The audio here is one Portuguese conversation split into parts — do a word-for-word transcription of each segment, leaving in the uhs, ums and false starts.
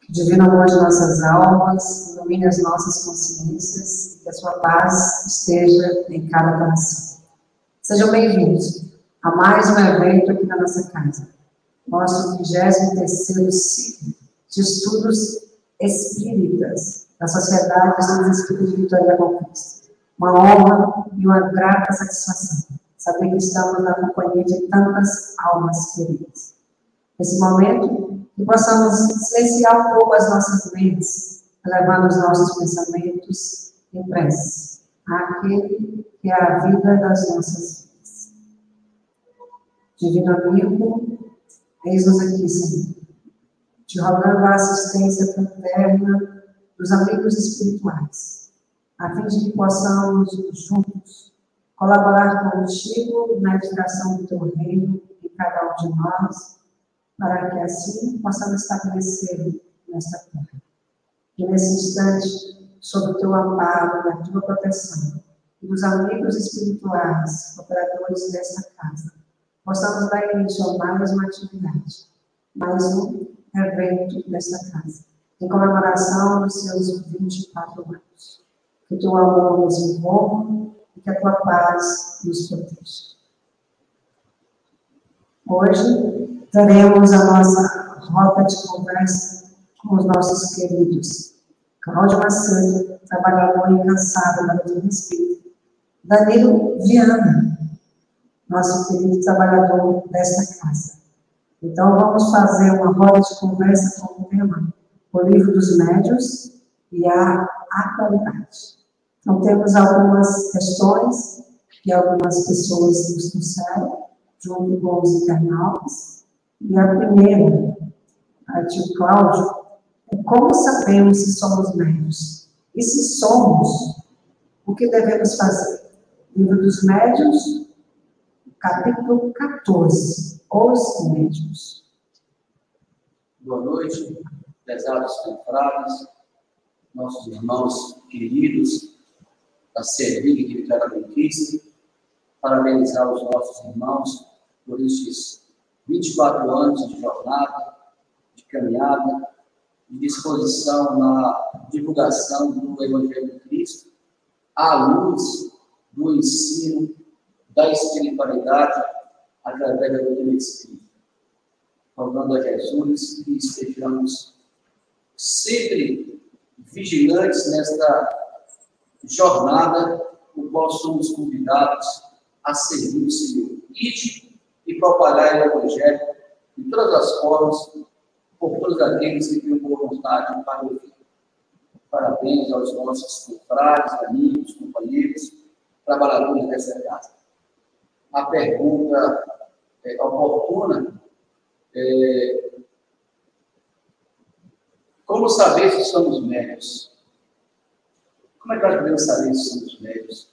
Divino amor de nossas almas, ilumine as nossas consciências, que a sua paz esteja em cada coração. Sejam bem-vindos a mais um evento aqui na nossa casa, nosso vigésimo terceiro ciclo de estudos espíritas da Sociedade dos Espíritos de Vitória com Cristo. Uma honra e uma grata satisfação saber que estamos na companhia de tantas almas queridas. Nesse momento, que possamos silenciar um pouco as nossas mentes, elevando os nossos pensamentos em prece àquele que é a vida das nossas vidas. Divino amigo, eis-nos aqui, Senhor, te rogando a assistência fraterna dos amigos espirituais, a fim de que possamos juntos colaborar contigo na edificação do teu reino em cada um de nós, para que assim possamos estabelecer nesta terra. E nesse instante, sob o teu amparo e a tua proteção, e dos amigos espirituais, operadores desta casa, possamos dar início a mais uma atividade, mais um evento desta casa, em comemoração dos seus vinte e quatro anos. Que o teu amor nos envolva e que a tua paz nos proteja. Hoje, teremos a nossa roda de conversa com os nossos queridos Cláudio Macedo, trabalhador incansável da doutrina espírita, Danilo Viana, nosso querido trabalhador desta casa. Então, vamos fazer uma roda de conversa com o tema O Livro dos Médiuns e a Atualidade. Então, temos algumas questões que algumas pessoas nos trouxeram, junto com os internautas. E a primeira, a tio Cláudio, é como sabemos se somos médios? E se somos, o que devemos fazer? Livro dos Médiuns, capítulo quatorze, Os Médiuns. Boa noite, prezados confrades, nossos irmãos queridos da Servig de Vitória com Cristo, parabenizar os nossos irmãos por estes vinte e quatro anos de jornada, de caminhada, de disposição na divulgação do Evangelho de Cristo, à luz do ensino da espiritualidade através da doutrina espírita. Rogando a Jesus que estejamos sempre vigilantes nesta jornada, no qual somos convidados a servir o Senhor. Ide e propagar o Evangelho de todas as formas, por todos aqueles que têm boa vontade para ouvir. Parabéns aos nossos confrades, amigos, companheiros, trabalhadores dessa casa. A pergunta é, oportuna é: como saber se somos médios? Como é que nós podemos saber se somos médios?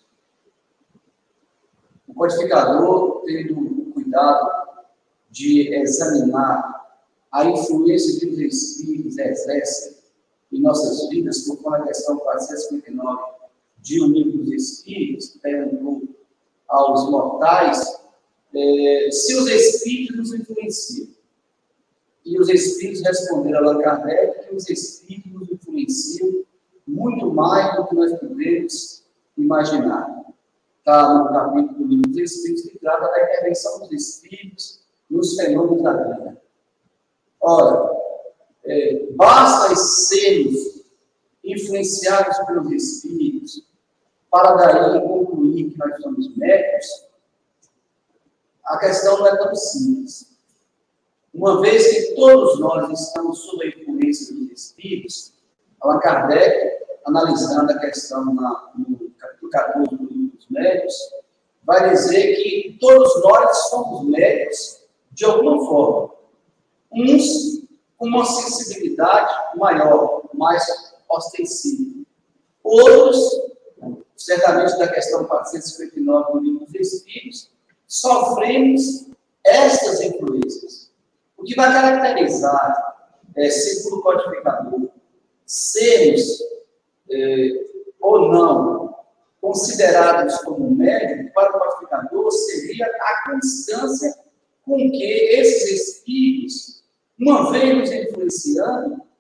O codificador, tendo cuidado de examinar a influência que os espíritos exercem em nossas vidas, conforme a questão quatrocentos e cinquenta e nove de O Livro dos Espíritos, que perguntou aos mortais eh, se os espíritos nos influenciam. E os espíritos responderam a Allan Kardec que os espíritos nos influenciam muito mais do que nós podemos imaginar. Está no capítulo do Livro dos Espíritos, que trata da intervenção dos espíritos nos fenômenos da vida. Ora, é, basta sermos influenciados pelos espíritos para daí concluir que nós somos médicos? A questão não é tão simples. Uma vez que todos nós estamos sob a influência dos espíritos, Allan Kardec, analisando a questão na, no capítulo quatorze do Livro dos Médiuns, vai dizer que todos nós somos médios de alguma forma. Uns com uma sensibilidade maior, mais ostensiva. Outros, certamente da questão quatrocentos e cinquenta e nove do Livro dos Espíritos, sofremos estas influências. O que vai caracterizar, é, segundo o codificador, sermos é, ou não considerados como médium para o codificador seria a constância com que esses espíritos, uma vez nos influenciando,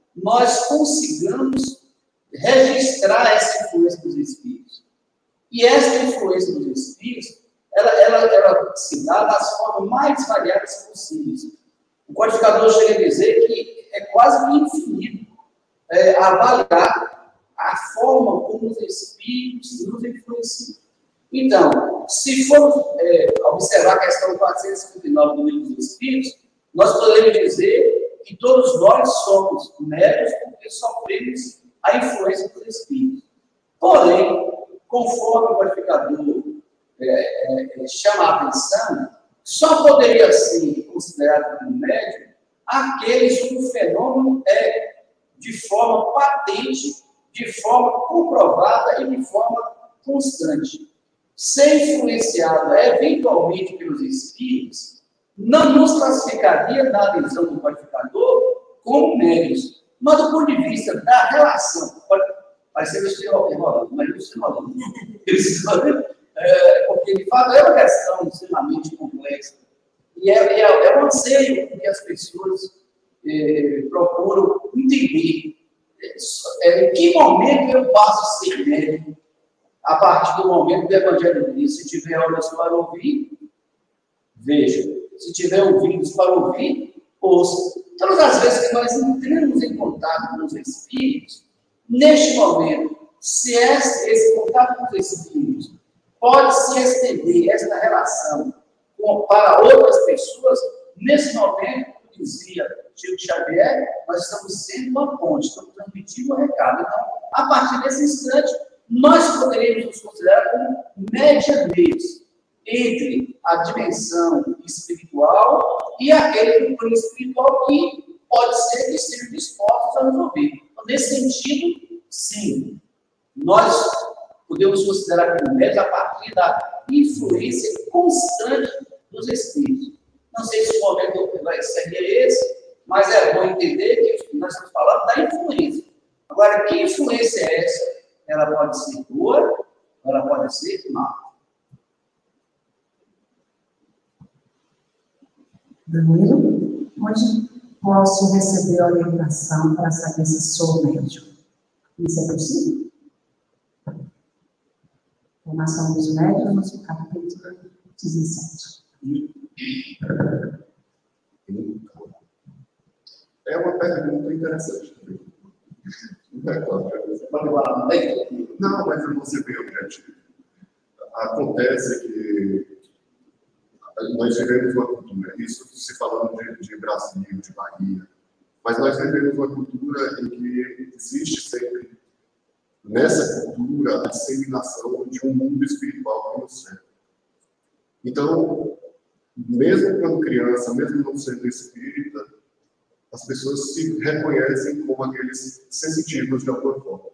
nós consigamos registrar essa influência dos espíritos. E essa influência dos espíritos, ela, ela, ela se dá das formas mais variadas possíveis. O codificador chega a dizer que é quase infinito é, avaliar a forma como os espíritos nos influenciam. Então, se for é, observar a questão quatrocentos e cinquenta e nove do Livro dos Espíritos, nós podemos dizer que todos nós somos médios porque sofremos a influência dos espíritos. Porém, conforme o codificador é, é, é, chama a atenção, só poderia ser considerado como médium aqueles cujo fenômeno é de forma patente, de forma comprovada e de forma constante. Ser influenciado eventualmente pelos espíritos não nos classificaria, na visão do codificador, como médios. Mas do ponto de vista da relação, pode parecer que eu estou enrolando, mas eu estou enrolando. É, porque, de fato, é uma questão extremamente complexa. E é, é, é um anseio que as pessoas é, procuram entender. É, em que momento eu passo a ser médium? A partir do momento do Evangelho diz, se tiver olhos para ouvir, veja. Se tiver ouvidos para ouvir, ouça. Todas as vezes que nós entramos em contato com os espíritos, neste momento, se esse, esse contato com os espíritos pode se estender, esta relação, com, para outras pessoas, nesse momento, como dizia Chico Xavier, nós estamos sendo uma ponte, estamos transmitindo um recado. Então, a partir desse instante, nós poderíamos nos considerar como medianeiros entre a dimensão espiritual e aquele plano espiritual que pode ser que estejam dispostos a nos ouvir. Então, nesse sentido, sim, nós podemos considerar como médios a partir da influência constante dos espíritos. Não sei se o momento vai ser esse, mas é bom entender que nós estamos falando da influência. Agora, que influência é essa? Ela pode ser boa, ela pode ser má. Danilo, onde posso receber orientação para saber se sou médium? Isso é possível? Formação dos médiuns no capítulo dezessete. É uma pergunta interessante também. Não é claro. Não, mas eu vou ser bem objetivo. Acontece que nós vivemos uma cultura, isso se falando de, de Brasil, de Bahia, mas nós vivemos uma cultura em que existe sempre, nessa cultura, a disseminação de um mundo espiritual que nos serve. Então, mesmo quando criança, mesmo não sendo espírita, as pessoas se reconhecem como aqueles sensitivos de alguma forma.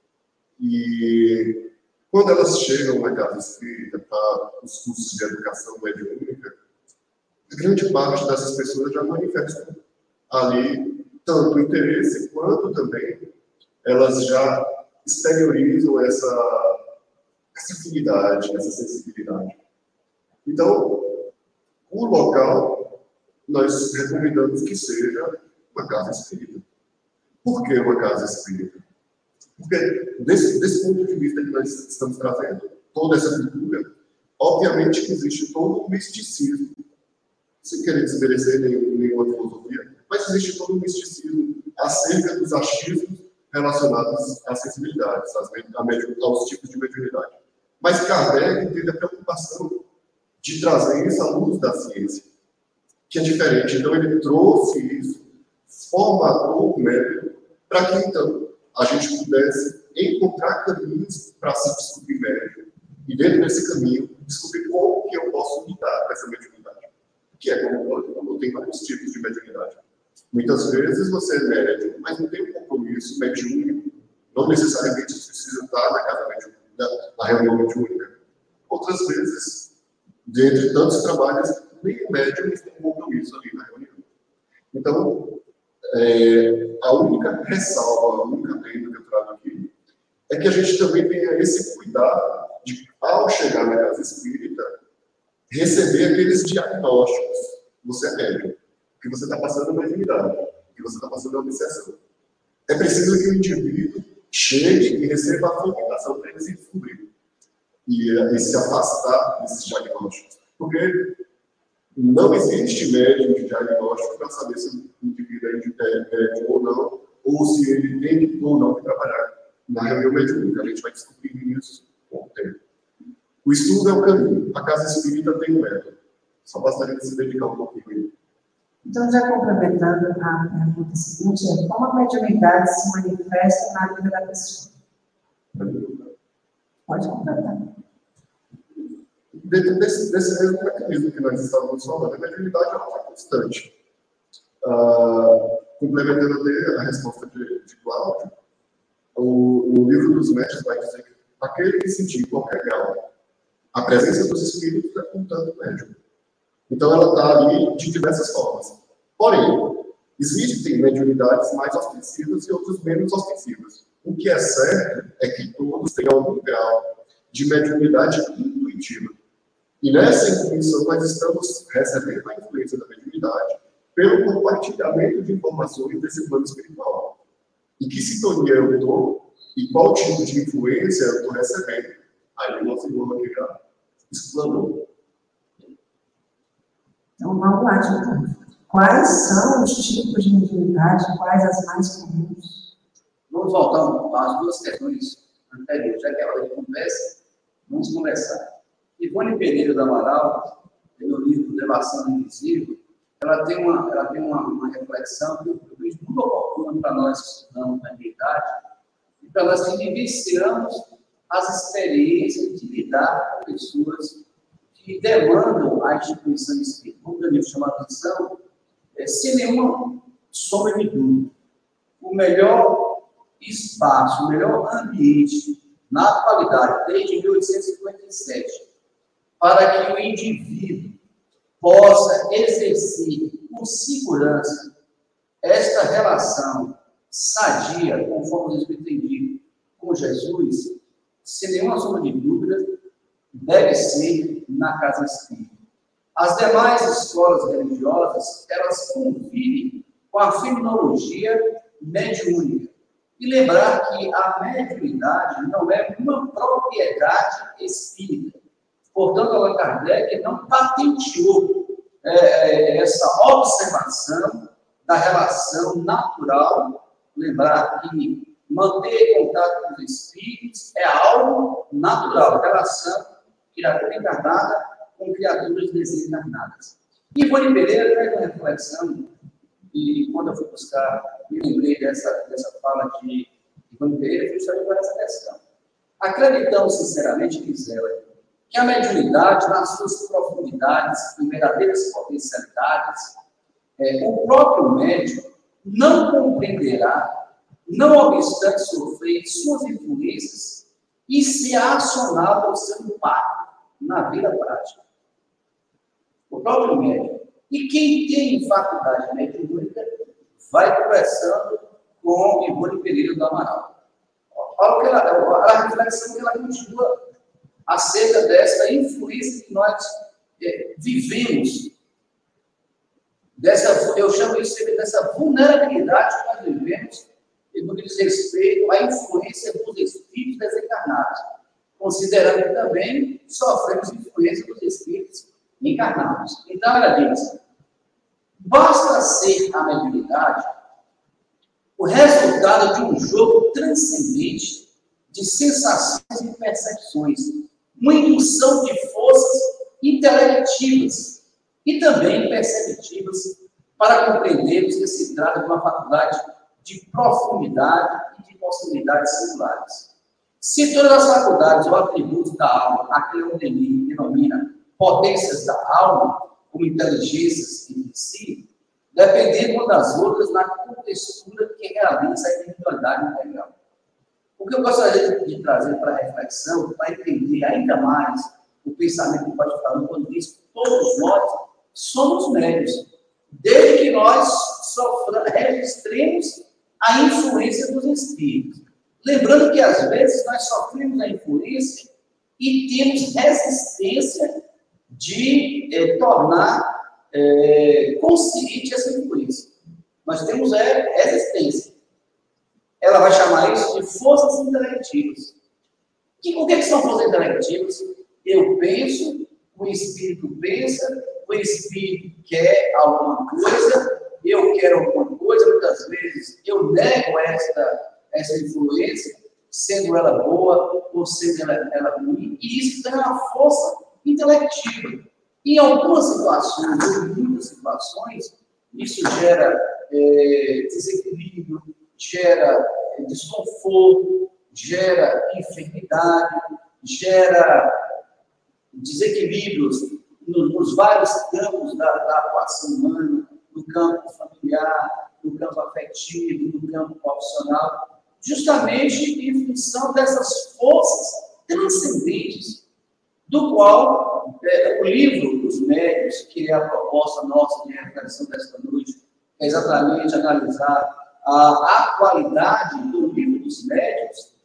E quando elas chegam na casa espírita para os cursos de educação mediúnica, grande parte dessas pessoas já manifestam ali tanto interesse quanto também elas já exteriorizam essa, essa afinidade, essa sensibilidade. Então, o local, nós recomendamos que seja uma casa espírita. Por que uma casa espírita? Porque, desse, desse ponto de vista que nós estamos trazendo, toda essa cultura, obviamente que existe todo um misticismo, sem querer desmerecer nenhum, nenhuma filosofia, mas existe todo um misticismo acerca dos achismos relacionados às sensibilidades, às, aos tipos de mediunidade. Mas Kardec teve a preocupação de trazer isso à luz da ciência, que é diferente. Então, ele trouxe isso, formatou o médium, para que, então, a gente pudesse encontrar caminhos para se descobrir médium, e dentro desse caminho, descobrir como que eu posso lidar com essa mediunidade. Que é como eu tenho vários tipos de mediunidade. Muitas vezes você é médium, mas não tem um compromisso mediúnico, não necessariamente você precisa estar na casa mediúnica, na reunião mediúnica. Outras vezes, dentre tantos trabalhos, nem o médium tem um compromisso ali na reunião. Então, é, a única ressalva, a única lenda que eu trago aqui, é que a gente também tenha esse cuidado de, ao chegar na casa espírita, receber aqueles diagnósticos. Você é médium, que você está passando uma mediunidade, que você está passando uma obsessão. é preciso que o indivíduo chegue e receba a formulação para ele se descobrir e, e se afastar desses diagnósticos. Porque não existe médium de diagnóstico para saber se o indivíduo é médium ou não, ou se ele tem ou não que trabalhar na reunião mediúnica. A gente vai descobrir isso com o tempo. O estudo é o caminho. A casa espírita tem um método. Só bastaria se dedicar um pouquinho aí. Então, já complementando a pergunta seguinte, é como a mediunidade se manifesta na vida da pessoa? Pode completar. Dentro desse, desse mesmo mecanismo que nós estávamos falando, a mediunidade é uma constante. Ah, complementando até a resposta de, de Cláudio, o, o livro dos médiuns vai dizer que aquele que sentir em qualquer grau a presença dos espíritos é um tanto médium. Então ela está ali de diversas formas. Porém, existem mediunidades mais ostensivas e outras menos ostensivas. O que é certo é que todos têm algum grau de mediunidade intuitiva. E nessa intuição nós estamos recebendo a influência da mediunidade pelo compartilhamento de informações desse plano espiritual. Em que sintonia eu estou e qual tipo de influência eu estou recebendo. Aí o nosso irmão aqui já explanou. Então, vamos lá, de quais são os tipos de mediunidade, quais as mais comuns? Vamos voltar às duas questões anteriores, já que é hora de conversa, vamos conversar. Ivone Pereira do Amaral, no livro Devação Invisível, ela tem uma, ela tem uma, uma reflexão que eu fiz muito oportuna para nós que estudamos na realidade e para nós que vivenciamos as experiências de lidar com pessoas que demandam a instituição espírita. Como o Danilo chamou a atenção, é, sem nenhuma sombra de dúvida, o melhor espaço, o melhor ambiente na atualidade, desde mil oitocentos e cinquenta e sete, para que o indivíduo possa exercer com segurança esta relação sadia, conforme os Espíritos têm dito, com Jesus, sem nenhuma sombra de dúvida, deve ser na casa espírita. As demais escolas religiosas, elas convivem com a fenomenologia mediúnica. E lembrar que a mediunidade não é uma propriedade espírita. Portanto, Allan Kardec não patenteou é, essa observação da relação natural. Lembrar que manter contato com os espíritos é algo natural, relação criatura encarnada com criaturas desencarnadas. E Ivone Pereira traz uma reflexão, e quando eu fui buscar, me lembrei dessa, dessa fala de Ivone Pereira, fui justamente por essa questão. Acreditamos sinceramente, diz ela, que a mediunidade, nas suas profundidades e verdadeiras potencialidades, é, o próprio médium não compreenderá, não obstante sofrer suas influências e ser acionado ao seu impacto na vida prática. O próprio médium. E quem tem faculdade mediúnica vai conversando com Ivone Pereira do Amaral. Olha o que ela, a reflexão que ela continua acerca dessa influência que nós é, vivemos, dessa, eu chamo isso dessa vulnerabilidade que nós vivemos no que diz respeito à influência dos espíritos desencarnados, considerando que também sofremos influência dos espíritos encarnados. Então, ela diz, basta ser a mediunidade o resultado de um jogo transcendente de sensações e percepções, uma indução de forças intelectivas e também perceptivas para compreendermos que se trata de uma faculdade de profundidade e de possibilidades singulares. Se todas as faculdades ou atributos da alma, aquele que Denis denomina potências da alma, como inteligências em si, dependem umas das outras na contextura que realiza a individualidade integral. O que eu gostaria de trazer para a reflexão, para entender ainda mais o pensamento que pode falar, quando diz que todos nós somos médios, desde que nós soframos, registremos a influência dos espíritos. Lembrando que, às vezes, nós sofremos a influência e temos resistência de eh, tornar eh, consciente essa influência. Nós temos é, resistência. de forças intelectivas. Que, o que, que são forças intelectivas? Eu penso, o espírito pensa, o espírito quer alguma coisa, eu quero alguma coisa, muitas vezes eu nego esta, essa influência, sendo ela boa ou sendo ela, ela ruim, e isso dá uma força intelectiva. Em algumas situações, em muitas situações, isso gera é, desequilíbrio, gera é, desconforto, gera enfermidade, gera desequilíbrios nos, nos vários campos da, da atuação humana, no campo familiar, no campo afetivo, no campo profissional, justamente em função dessas forças transcendentes, do qual é, o livro dos médios, que é a proposta nossa de reflexão desta noite, é exatamente analisar a atualidade do livro dos médios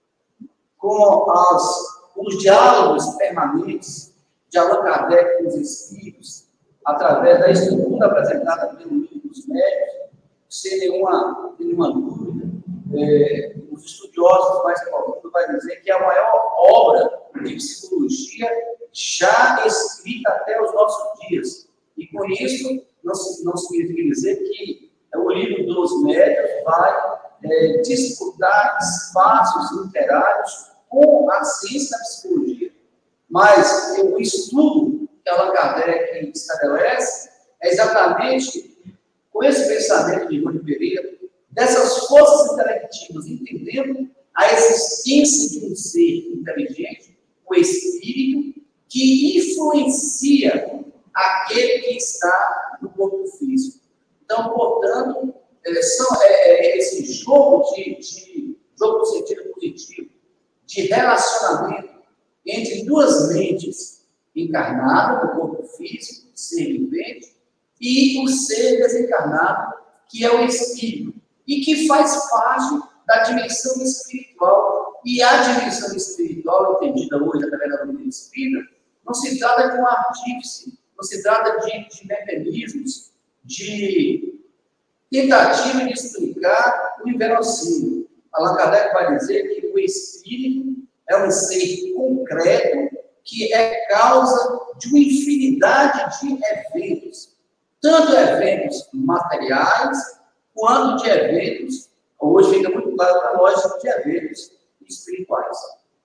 com as, os diálogos permanentes de Allan Kardec com os espíritos, através da estrutura apresentada pelo livro dos médios, sem nenhuma, nenhuma dúvida. É, os estudiosos mais profundos vão dizer que é a maior obra de psicologia já escrita até os nossos dias. E com isso, não, não significa dizer que o livro dos médios vai é, disputar espaços literários com a ciência da psicologia. Mas o estudo que Allan Kardec estabelece é exatamente com esse pensamento de Rony Pereira, dessas forças intelectivas, entendendo a existência de um ser inteligente, o espírito, que influencia aquele que está no corpo físico. Então, portanto, é, são, é, é, esse jogo de, de jogo no sentido positivo, de relacionamento entre duas mentes encarnadas no corpo físico, ser vivente, e o ser desencarnado, que é o espírito, e que faz parte da dimensão espiritual. E a dimensão espiritual, entendida hoje através da doutrina espírita, não se trata de um artífice, não se trata de, de mecanismos, de tentativa de explicar o inverossímil. Allan Kardec vai dizer que o espírito é um ser concreto que é causa de uma infinidade de eventos, tanto eventos materiais, quanto de eventos, hoje fica muito claro para nós, de eventos espirituais.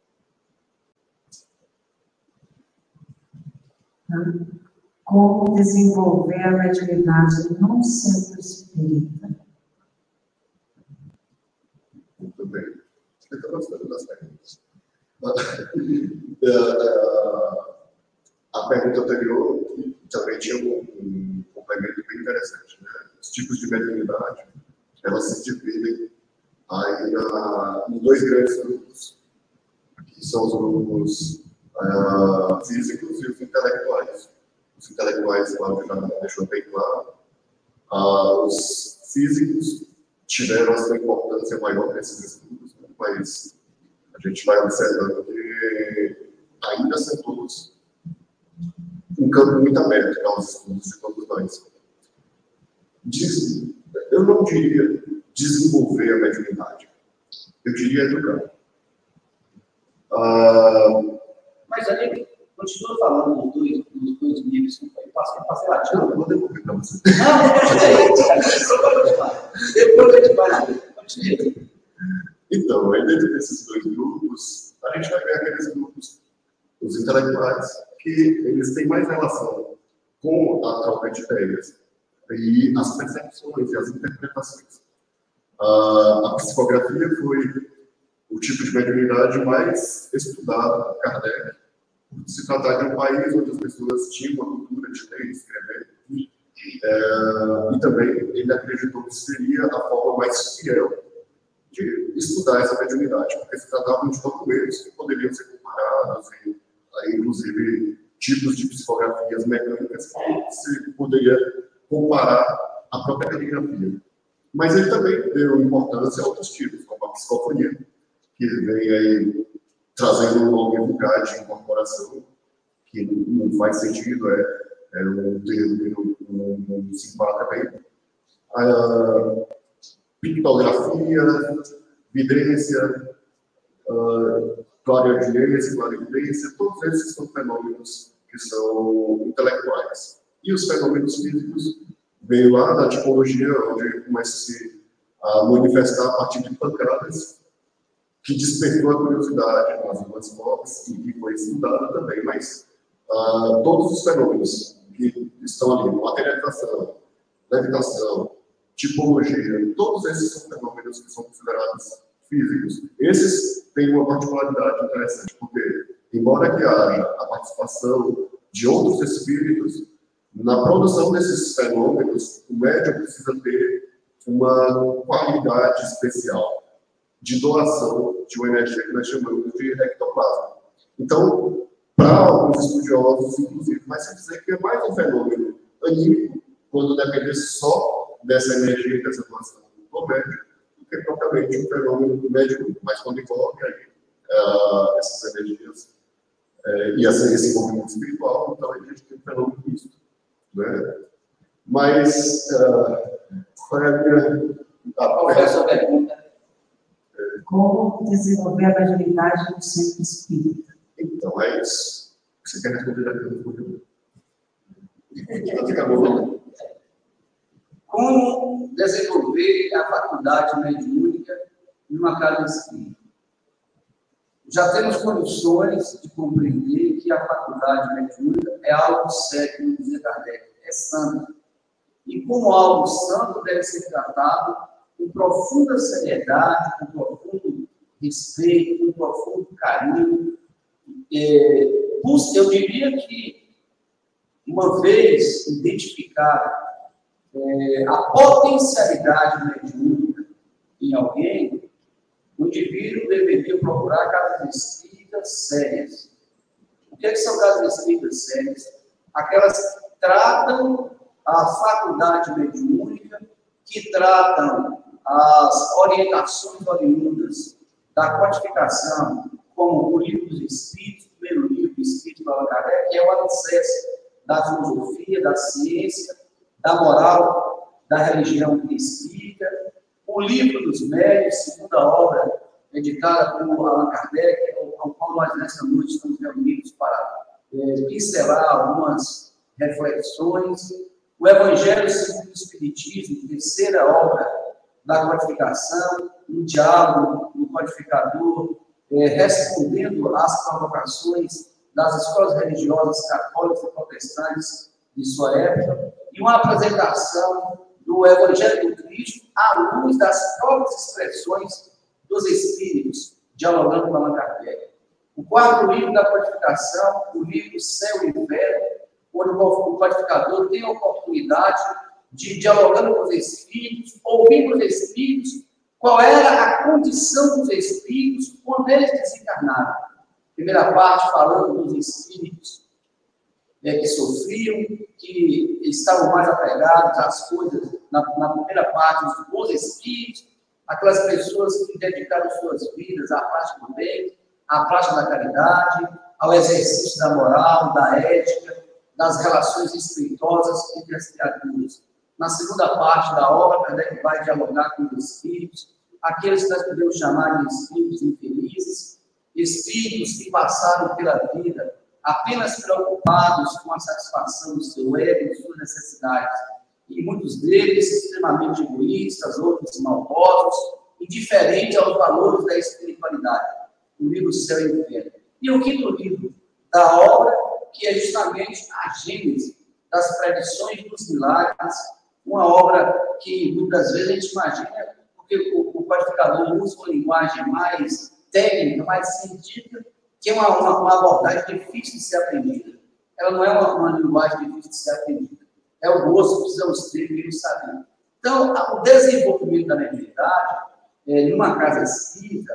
Como desenvolver a mediunidade num centro espírita? Muito bem. Eu estou gostando das perguntas. A pergunta anterior também tinha um, um complemento bem interessante, né? Os tipos de mediunidade, elas se dividem aí na, em dois grandes grupos, que são os grupos uh, físicos e os intelectuais. Os intelectuais, claro, já deixou bem claro. Uh, os físicos tiveram a sua importância maior nesses estudos, né? Mas a gente vai observando que ainda são todos um campo muito aberto para os estudos de todos nós. Diz, eu não diria desenvolver a mediunidade, eu diria educar. Uh, Mas aí, continua falando dos dois, dos dois níveis, eu passei, passei lá, eu vou devolver para você. Não, depois a gente vai lá. Continua. Então, aí dentro desses dois grupos, a gente vai ver aqueles grupos, os intelectuais, que eles têm mais relação com a troca de ideias e as percepções e as interpretações. A, a psicografia foi o tipo de mediunidade mais estudado por Kardec, por se tratar de um país onde as pessoas tinham uma cultura de ler e escrever. É, e também ele acreditou que seria a forma mais fiel de estudar essa mediunidade, porque se tratavam de documentos que poderiam ser comparados e, inclusive, tipos de psicografias mecânicas que se poderia comparar à própria caligrafia. Mas ele também deu importância a outros tipos, como a psicofonia, que vem aí trazendo um nome vulgar de incorporação, que não faz sentido, é, é um termo que não, não, não se enquadra bem. A pictografia, vidência, uh, clareaudiência, clarividência, todos esses são fenômenos que são intelectuais. E os fenômenos físicos veio lá da tipologia, onde começa a manifestar a partir de pancadas, que despertou a curiosidade nas duas formas e que foi estudada também, mas uh, todos os fenômenos que estão ali, materialização, levitação, tipologia, todos esses são fenômenos que são considerados físicos. Esses têm uma particularidade interessante, porque, embora que haja a participação de outros espíritos, na produção desses fenômenos, o médium precisa ter uma qualidade especial de doação de uma energia que nós chamamos de ectoplasma. Então, para alguns estudiosos, inclusive, vai se dizer que é mais um fenômeno anímico, quando depender só dessa energia e dessa doação do médium, do que propriamente um fenômeno do médium. Mas quando envolve aí uh, essas energias uh, e essa, esse envolvimento espiritual, então a gente tem um fenômeno misto. Né? Mas, uh, qual é a minha... Qual foi a sua pergunta? Como desenvolver a mediunidade no centro espírita? Então, é isso. Você quer responder aqui no futuro? Fica bom. Como desenvolver a faculdade mediúnica numa casa espírita? Já temos condições de compreender que a faculdade mediúnica é algo sério, como dizia Kardec, é santo. E como algo santo deve ser tratado com profunda seriedade, com profundo respeito, com profundo carinho. É, eu diria que, uma vez identificada é, a potencialidade mediúnica em alguém, o indivíduo deveria procurar casas espíritas sérias. O que, é que são casas espíritas sérias? Aquelas que tratam a faculdade mediúnica, que tratam as orientações oriundas da codificação, como o livro dos Espíritos, o primeiro livro do Espírito do Allan Kardec, que é o alicerce da filosofia, da ciência, da moral, da religião espírita, o livro dos médios, segunda obra editada por Allan Kardec, ao qual nós nessa noite estamos reunidos para é, pincelar algumas reflexões, o Evangelho segundo o Espiritismo, terceira obra da codificação, um diálogo do codificador, é, respondendo às provocações das escolas religiosas católicas e protestantes de sua época, e uma apresentação do Evangelho do Cristo à luz das próprias expressões dos Espíritos, dialogando com Allan Kardec. O quarto livro da codificação, o livro Céu e Inferno, onde o codificador tem a oportunidade de, dialogando com os Espíritos, ouvindo os Espíritos, qual era a condição dos Espíritos quando eles desencarnaram. Primeira parte falando dos Espíritos é, que sofriam, que estavam mais apegados às coisas, na, na primeira parte, os bons Espíritos, aquelas pessoas que dedicaram suas vidas à prática do bem, à prática da caridade, ao exercício da moral, da ética, das relações espirituosas entre as criaturas. Na segunda parte da obra, Kardec vai dialogar com os espíritos, aqueles que nós podemos chamar de espíritos infelizes, espíritos que passaram pela vida apenas preocupados com a satisfação do seu ego e de suas necessidades. E muitos deles extremamente egoístas, outros maldosos, indiferentes aos valores da espiritualidade. O livro Céu e Inferno. E o quinto livro da obra, que é justamente a gênese das predições dos milagres, uma obra que muitas vezes a gente imagina, porque o, o codificador usa uma linguagem mais técnica, mais científica, que é uma, uma, uma abordagem difícil de ser aprendida. Ela não é uma, uma linguagem difícil de ser aprendida. É o gosto que precisamos ter e saber. Então, o desenvolvimento da mediunidade, é, numa casa espírita,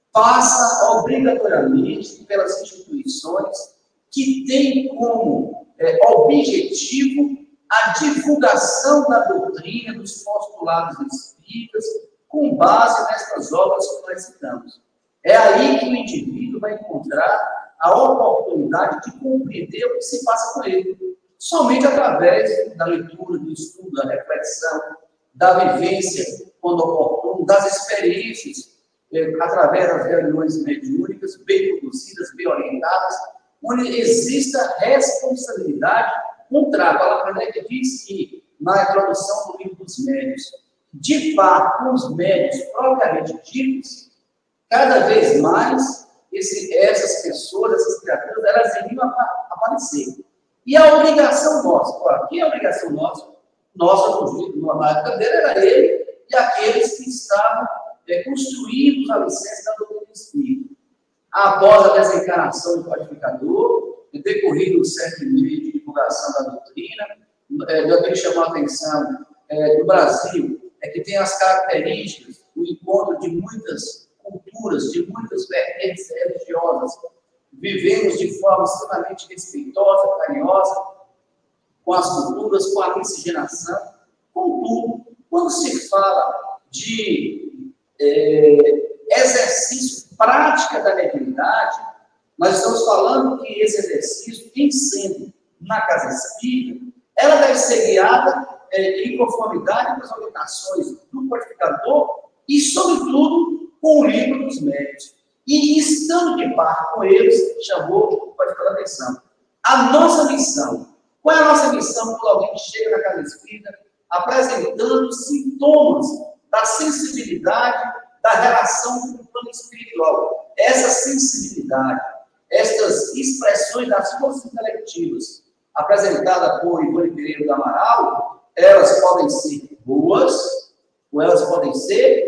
passa obrigatoriamente pelas instituições que têm como é, objetivo a divulgação da doutrina, dos postulados espíritas, com base nessas obras que nós citamos. É aí que o indivíduo vai encontrar a oportunidade de compreender o que se passa com ele. Somente através da leitura, do estudo, da reflexão, da vivência, quando oportuno, das experiências é, através das reuniões mediúnicas, bem conduzidas, bem orientadas, onde exista responsabilidade com trato. A Kardec diz que, na introdução do livro dos médios, de par com os médios propriamente ditos, cada vez mais esse, essas pessoas, essas criaturas, elas iriam aparecer. E a obrigação nossa, qual é a obrigação nossa? Nossa, na época dele, era ele e aqueles que estavam é, construindo os alicerces da doutrina espírita. Após a desencarnação do codificador, decorrido um certo meio de divulgação da doutrina, é, eu tenho que chamar a atenção é, do Brasil, é que tem as características do encontro de muitas culturas, de muitas vertentes religiosas. Vivemos de forma extremamente respeitosa, carinhosa, com as culturas, com a miscigenação, com tudo. Quando se fala de é, exercício, prática da mediunidade, nós estamos falando que esse exercício, em sendo na casa espírita, ela deve ser guiada é, em conformidade com as orientações do codificador e, sobretudo, com o livro dos médios. E, estando de par com eles, chamou, pode falar atenção, a nossa missão. Qual é a nossa missão quando alguém chega na casa espírita apresentando sintomas da sensibilidade da relação com o plano espiritual? Essa sensibilidade, estas expressões das forças intelectivas apresentadas por Ivone Pereira do Amaral, elas podem ser boas ou elas podem ser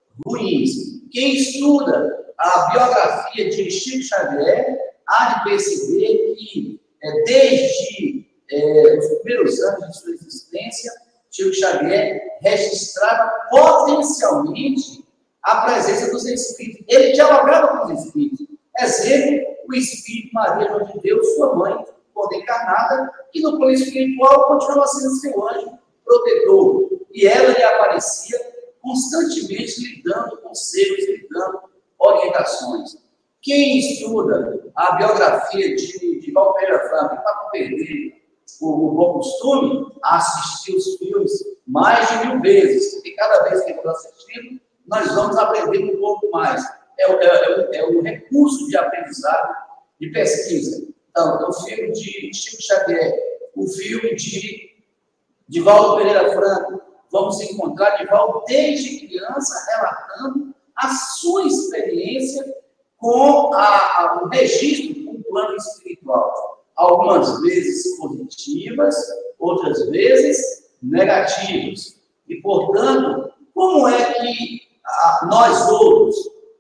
ruins. Quem estuda a biografia de Chico Xavier há de perceber que, é, desde é, os primeiros anos de sua existência, Chico Xavier registrava potencialmente a presença dos espíritos. Ele dialogava com os espíritos. Exemplo, o espírito Maria João de Deus, sua mãe, quando encarnada, que no plano espiritual continua sendo seu anjo protetor. E ela lhe aparecia constantemente lidando com seres, lhe dando orientações. Quem estuda a biografia de, de Valpeira Franco, para não perder o, o bom costume, assistir os filmes mais de mil vezes, porque cada vez que for assistindo, nós vamos aprender um pouco mais. É, é, é um recurso de aprendizado, de pesquisa. Então, o filme de Chico Xavier, o filme de Divaldo Pereira Franco, vamos encontrar Divaldo desde criança relatando a sua experiência com a, a, o registro com o plano espiritual. Algumas vezes positivas, outras vezes negativas. E, portanto, como é que a, nós outros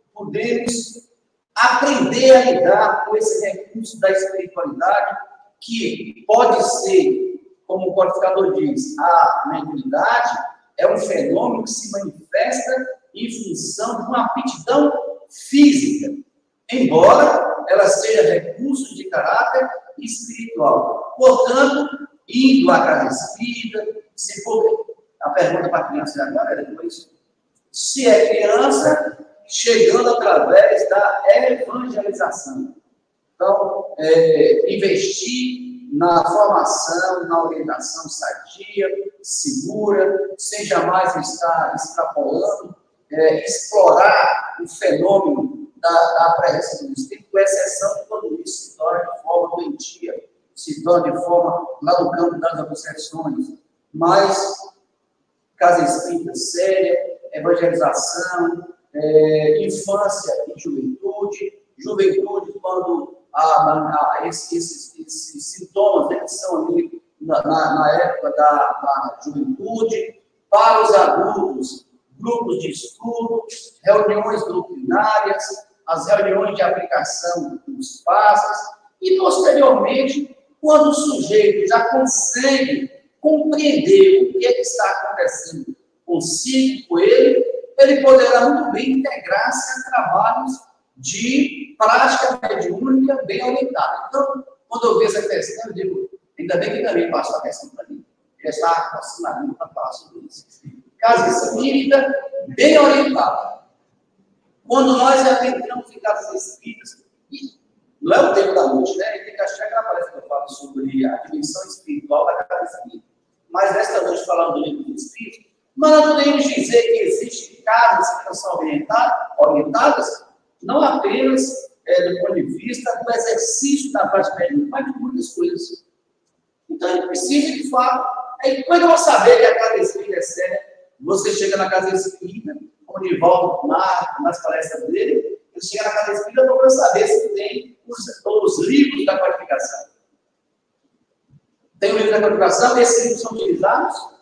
podemos aprender a lidar com esse recurso da espiritualidade, que pode ser, como o codificador diz, a mediunidade é um fenômeno que se manifesta em função de uma aptidão física, embora ela seja recurso de caráter espiritual. Portanto, indo à casa espírita, se for, a pergunta para a criança agora é depois, se é criança, chegando através da evangelização. Então, é, investir na formação, na orientação sadia, segura, sem jamais estar extrapolando, é, explorar o fenômeno da, da presença do Espírito, com exceção quando isso se torna de forma doentia, se torna de forma lá no campo das obsessões. Mas, casa espírita séria, evangelização, é, infância e juventude, juventude quando a, a, a, esses, esses sintomas eles são ali na, na, na época da, da juventude, para os adultos, grupos de estudo, reuniões doutrinárias, as reuniões de aplicação dos passos, e posteriormente, quando o sujeito já consegue compreender o que, é que está acontecendo consigo, com ele, ele poderá muito bem integrar-se a trabalhos de prática mediúnica bem orientada. Então, quando eu vejo essa questão, eu digo, ainda bem que também passou a questão para mim. Já está passando a mim para falar sobre isso. Casa espírita bem orientada. Quando nós já entramos em casas espíritas, não é o tempo da noite, né? E tem que achar que ela parece que eu falo sobre a dimensão espiritual da casa espírita. Mas nesta noite, falando do livro do Espírito, Nós não podemos dizer que existem casas que são orientadas, orientadas não apenas é, do ponto de vista do exercício da prática mediúnica, mas de muitas coisas. Então, ele precisa, de fato, aí, como é que eu vou saber que a casa espírita é séria? Você chega na casa espírita, como o Nivaldo Marco, nas palestras dele, ele chega na casa espírita para saber se tem os, os livros da qualificação. Tem o livro da qualificação, esses livros são utilizados?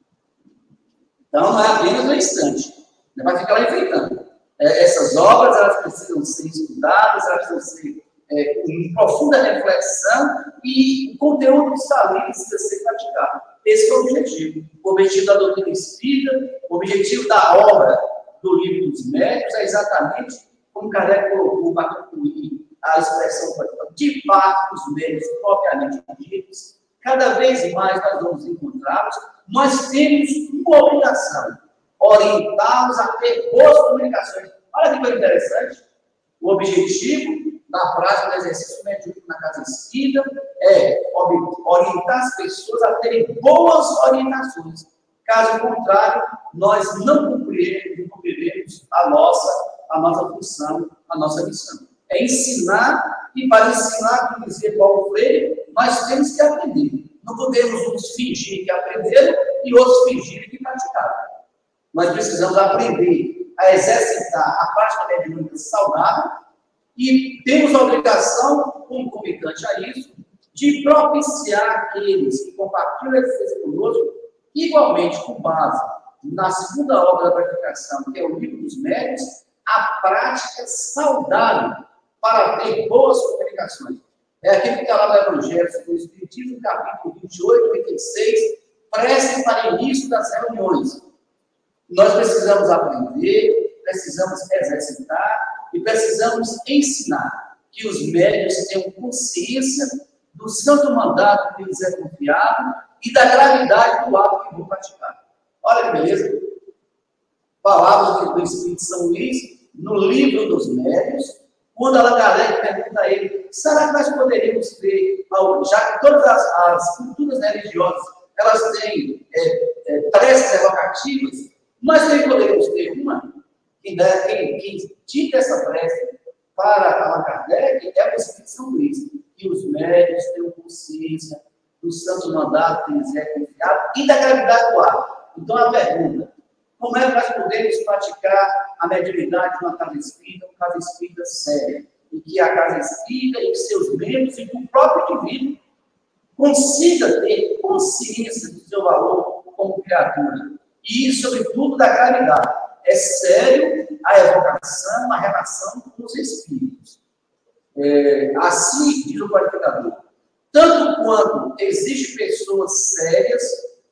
Então, não é apenas no instante. Não vai ficar lá enfeitando. É, essas obras, elas precisam ser estudadas, elas precisam ser é, em profunda reflexão e o conteúdo que está ali precisa ser praticado. Esse é o objetivo. O objetivo da doutrina espírita, o objetivo da obra do Livro dos Médiuns é exatamente, como Kardec colocou para concluir a expressão de fato dos médiuns propriamente ditos, cada vez mais nós vamos encontrá-los. Nós temos uma obrigação, orientá-los a ter boas comunicações. Olha que coisa interessante. O objetivo da prática do exercício mediúnico na casa espírita é orientar as pessoas a terem boas orientações. Caso contrário, nós não cumpriremos, não cumpriremos a, nossa, a nossa função, a nossa missão. É ensinar, e para ensinar, como dizia Paulo Freire, nós temos que aprender. Não podemos uns fingir que aprenderam e outros fingirem que praticaram. Nós precisamos aprender a exercitar a prática mediúnica saudável e temos a obrigação, concomitante a isso, de propiciar aqueles que compartilham a existência conosco, igualmente com base na segunda obra da qualificação, que é o Livro dos Médiuns, a prática saudável para ter boas comunicações. É aquilo que está lá no Evangelho, segundo o Espiritismo, capítulo vinte e oito, vinte e seis, prestem para o início das reuniões. Nós precisamos aprender, precisamos exercitar e precisamos ensinar que os médiuns tenham consciência do santo mandato que lhes é confiado e da gravidade do ato que vão praticar. Olha que beleza. Palavras do Espírito São Luís, no Livro dos Médiuns, quando Allan Kardec pergunta a ele, será que nós poderíamos ter, já que todas as, as culturas religiosas, elas têm é, é, preces evocativas, nós também poderíamos ter uma, que, né, quem, quem dita essa prece para Allan Kardec é o Espírito São Luís, que os médiuns tenham consciência do santo mandato que lhes é confiado e da gravidade do ato. Então, a pergunta, como é que nós podemos praticar a mediunidade de uma casa espírita, uma casa espírita séria, em que a casa espírita e seus membros e o próprio indivíduo consiga ter consciência do seu valor como criatura e, sobretudo, da gravidade. É sério a evocação, a relação com os espíritos. É, assim, diz o qualificador, tanto quanto existem pessoas sérias,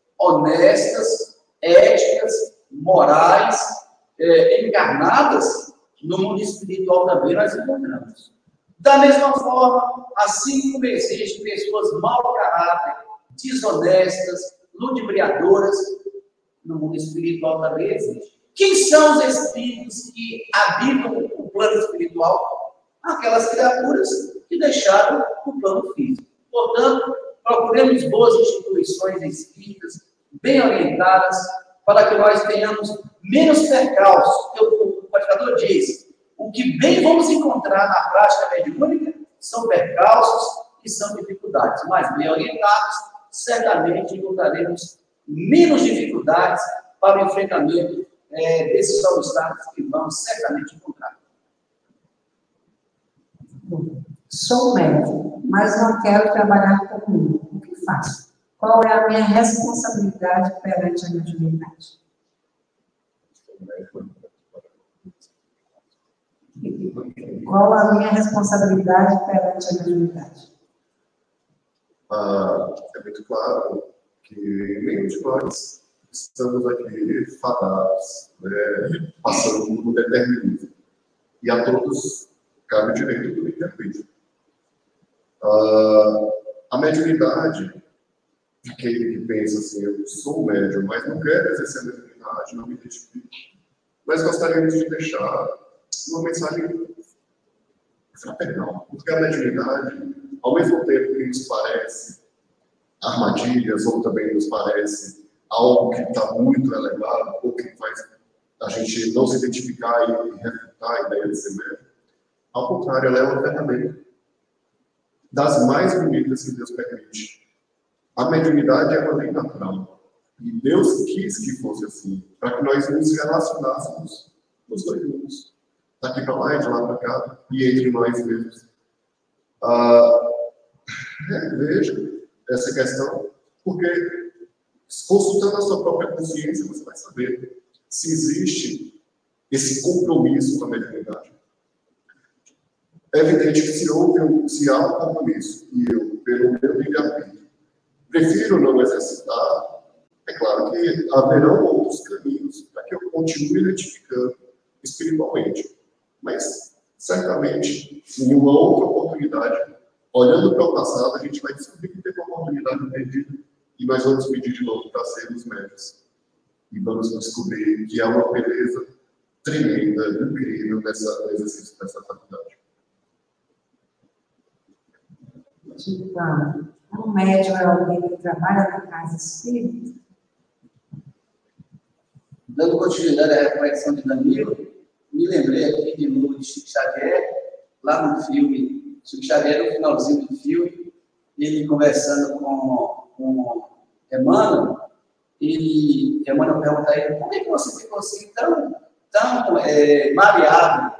honestas, éticas, morais, é, encarnadas, no mundo espiritual também nós encontramos. Da mesma forma, assim como existem pessoas mau caráter, desonestas, ludibriadoras, no mundo espiritual também existe. Quem são os espíritos que habitam o plano espiritual? Aquelas criaturas que deixaram o plano físico. Portanto, procuremos boas instituições espíritas, bem orientadas, para que nós tenhamos menos percalços. O qualificador diz, o que bem vamos encontrar na prática mediúnica são percalços e são dificuldades, mas bem orientados, certamente encontraremos menos dificuldades para o enfrentamento é, desses obstáculos que vamos certamente encontrar. Sou médico, mas não quero trabalhar comigo. O que faço? Qual é a minha responsabilidade perante a mediunidade? Qual a minha responsabilidade perante a mediunidade? Ah, é muito claro que nenhum de nós estamos aqui fadados, né, passando por um determinismo. E a todos cabe o direito do livre-arbítrio. Ah, a mediunidade, aquele que pensa assim, eu sou médium, mas não quero exercer a mediunidade, não me identifico. Nós gostaríamos de deixar uma mensagem fraternal, porque a mediunidade, ao mesmo tempo que nos parece armadilhas, ou também nos parece algo que está muito elevado, ou que faz a gente não se identificar e refutar a ideia de ser médium. Ao contrário, ela é uma ferramenta das mais bonitas que Deus permite. A mediunidade é uma lei natural. E Deus quis que fosse assim, para que nós nos relacionássemos nos dois mundos. Daqui para lá e de lá para cá, e entre nós mesmos. Ah, veja essa questão, porque consultando a sua própria consciência, você vai saber se existe esse compromisso com a mediunidade. É evidente que se houve, se há um compromisso, e eu, pelo meu livre-arbítrio, prefiro não exercitar, é claro que haverão outros caminhos para que eu continue identificando espiritualmente. Mas, certamente, em uma outra oportunidade, olhando para o passado, a gente vai descobrir que teve uma oportunidade perdida e nós vamos pedir de novo para sermos médios. E vamos descobrir que há uma beleza tremenda, incrível nessa, no exercício dessa faculdade. Então, um médium é alguém que trabalha na casa espírita? Dando continuidade à reflexão de Danilo, me lembrei aqui de novo de Chico Xavier, lá no filme, Chico Xavier, no finalzinho do filme, ele conversando com, com Emmanuel, e Emmanuel pergunta a ele, por que você ficou assim tão, tão é, mareado?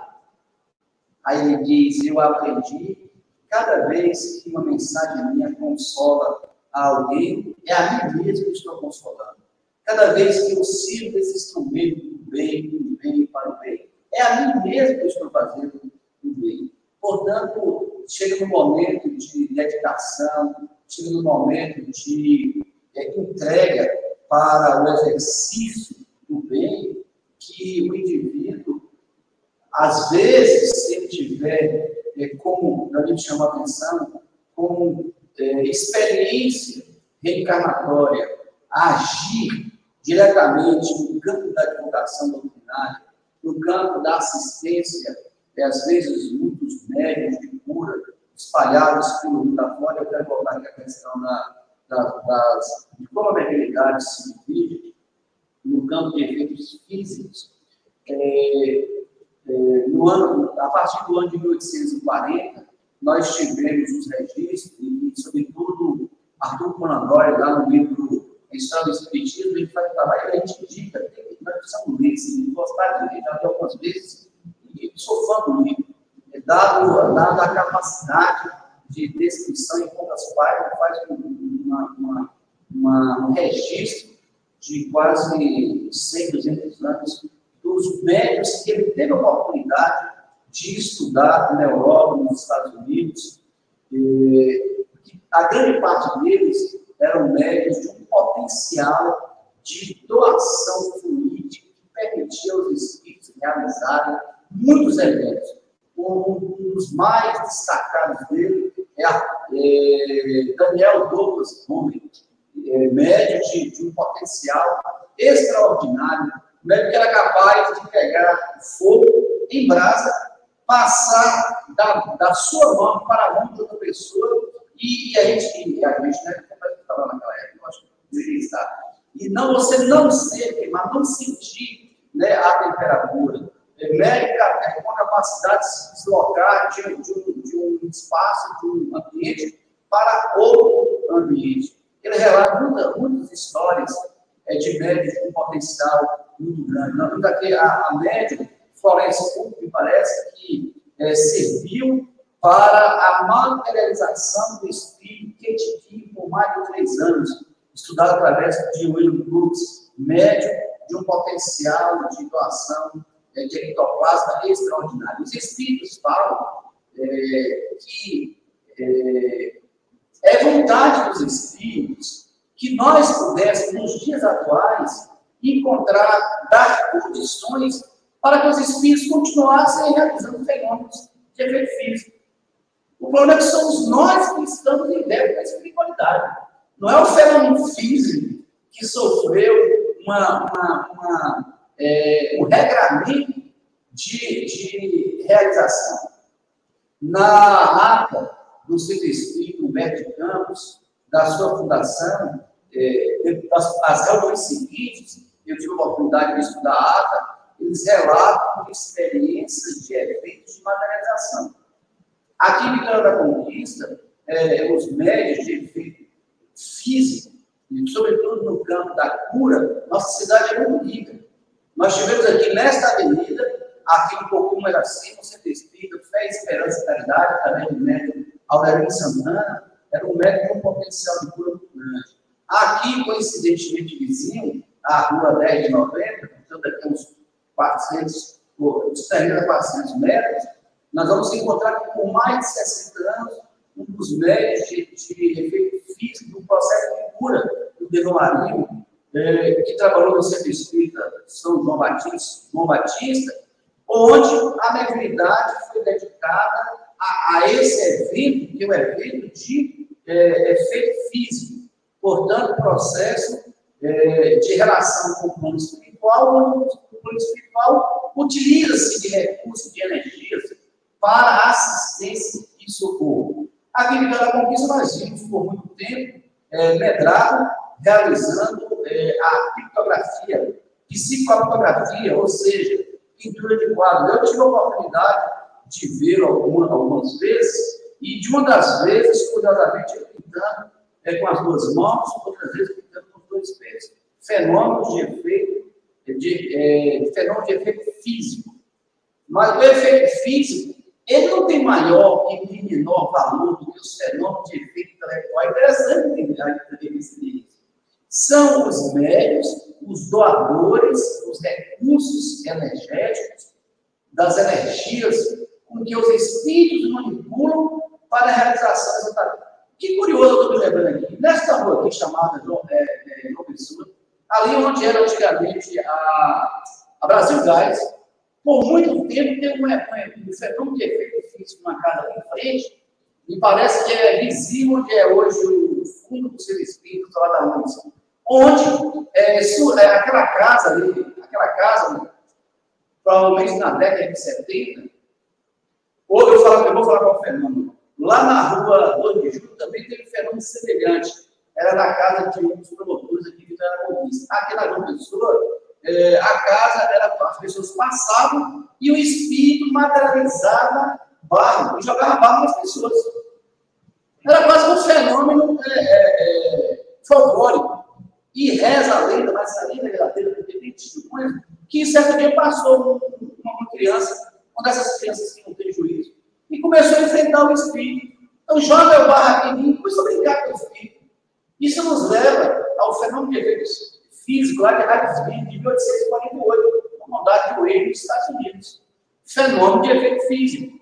Aí ele diz, eu aprendi, cada vez que uma mensagem minha consola a alguém, é a mim mesmo que estou consolando. Cada vez que eu sirvo esse instrumento do bem, do bem para o bem, é a mim mesmo que eu estou fazendo o bem. Portanto, chega no momento de dedicação, chega no momento de é, entrega para o exercício do bem, que o indivíduo, às vezes, se ele tiver, é, como a gente chama a atenção, como é, experiência reencarnatória, agir diretamente no campo da divulgação doutrinária, no campo da assistência, e às vezes muitos médios de cura espalhados pelo mundo afora. Eu quero voltar aqui a questão da, da, das, de como a mediunidade se divide no campo de efeitos físicos. É, é, no ano, a partir do ano de mil oitocentos e quarenta, nós tivemos os registros, e sobretudo Arthur Conan-Doyle, lá no livro A História do Espiritismo, ele faz um trabalho e a gente indica que nós precisamos ler, se gostar de ler, já li algumas vezes, e sou fã do livro, é dado, dado a capacidade de descrição em poucas páginas, faz uma, uma, uma, um registro de quase cem, duzentos anos dos médicos que ele teve a oportunidade de estudar na Europa, nos Estados Unidos, e a grande parte deles eram médicos de um potencial de doação fluídica que permitia aos espíritos realizarem muitos eventos. Um dos mais destacados dele é, a, é Daniel Douglas Gomes, é, médico de, de um potencial extraordinário, médico que era capaz de pegar fogo em brasa, passar da, da sua mão para a mão de outra pessoa, e, e a gente, a gente, né, como a gente estava naquela época, eu acho que deveria estar, e não, você não ser queimar, não sentir, né, a temperatura. Médica com a capacidade de se deslocar de, de, um, de um espaço, de um ambiente para outro ambiente. Ele relata muitas, muitas histórias é, de médicos com potencial muito grande. Nós vimos aqui a, a médica Florence Cook, me parece, que é, serviu para a materialização do espírito que tinha por mais de três anos, estudado através de William Brooks, médico de um potencial de doação de ectoplasma extraordinário. Os espíritos falam é, que é, é vontade dos espíritos que nós pudéssemos, nos dias atuais, encontrar, dar condições para que os espíritos continuassem realizando fenômenos de efeito físico. O problema é que somos nós que estamos em débito da espiritualidade. Não é o fenômeno físico que sofreu uma, uma, uma É, um regramento de, de realização. Na ata do Centro Espírita Humberto de Campos, da sua fundação, é, as, as reuniões seguintes, eu tive a oportunidade de estudar a ata, eles relatam de experiências de eventos de materialização. Aqui em Vitória da Conquista, é, os médios de efeito físico, e sobretudo no campo da cura, nossa cidade é muito rica. Nós tivemos aqui nesta avenida, aqui um pouco mais acima, o Centro Espírita, Fé, Esperança e Caridade, também do médico Aurelino Santana, era um médico com um potencial de cura muito grande. Aqui, coincidentemente vizinho, a rua dez de novembro, então daqui a uns quatrocentos, quatrocentos metros, nós vamos encontrar que por mais de sessenta anos, um dos médicos de, de efeito físico do processo de cura do Deno Marinho, é, que trabalhou no Centro Espírita São João Batista, João Batista, onde a mediunidade foi dedicada a, a esse evento, que é o evento de é, efeito físico. Portanto, processo é, de relação com o plano espiritual, onde o plano espiritual utiliza-se de recursos, de energias para assistência e socorro. Aqui em Vitória da Conquista, nós vimos por muito tempo é, Medrado realizando é, a criptografia, psicografia, ou seja, pintura de quadro. Eu tive a oportunidade de ver algumas, algumas vezes, e de uma das vezes, curiosamente, eu pintando é, com as duas mãos, outras vezes pintando com os dois pés. Fenômenos de efeito, de, é, fenômeno de efeito físico. Mas o efeito físico, ele não tem maior e menor valor do que os fenômenos de efeito intelectual. É interessante entender isso. São os médios, os doadores, os recursos energéticos, das energias com que os espíritos manipulam para a realização dessa tarefa. Que curioso, eu estou me lembrando aqui. Nesta rua aqui, chamada João é, é, Pessoa, ali onde era antigamente a, a Brasil Gás, por muito tempo teve um, um, um fenômeno de efeito físico na casa ali em frente, e parece que é vizinho onde é hoje o fundo do seu espírito, lá da luz. Onde é, su, é, aquela casa ali, aquela casa, provavelmente na década de setenta, ou eu, falo, eu vou falar qual fenômeno. Lá na rua dois de julho também teve um fenômeno semelhante. Era na casa de um dos promotores aqui de Vitória da Conquista. Aqui na João Pessoa, é, a casa, era, as pessoas passavam e o espírito materializava barro, e jogava barro nas pessoas. Era quase um fenômeno é, é, é, folclórico. E reza a lenda, mas essa lenda é verdadeira, porque tem testemunhas, que certo dia passou uma, uma criança, uma dessas crianças que não tem juízo, e começou a enfrentar o espírito. Então, joga o barro aqui em mim, começou a brincar com o espírito. Isso nos leva ao fenômeno de efeito físico lá de Harrisville, de mil oitocentos e quarenta e oito, na condado de Wayne, nos Estados Unidos. Fenômeno de efeito físico.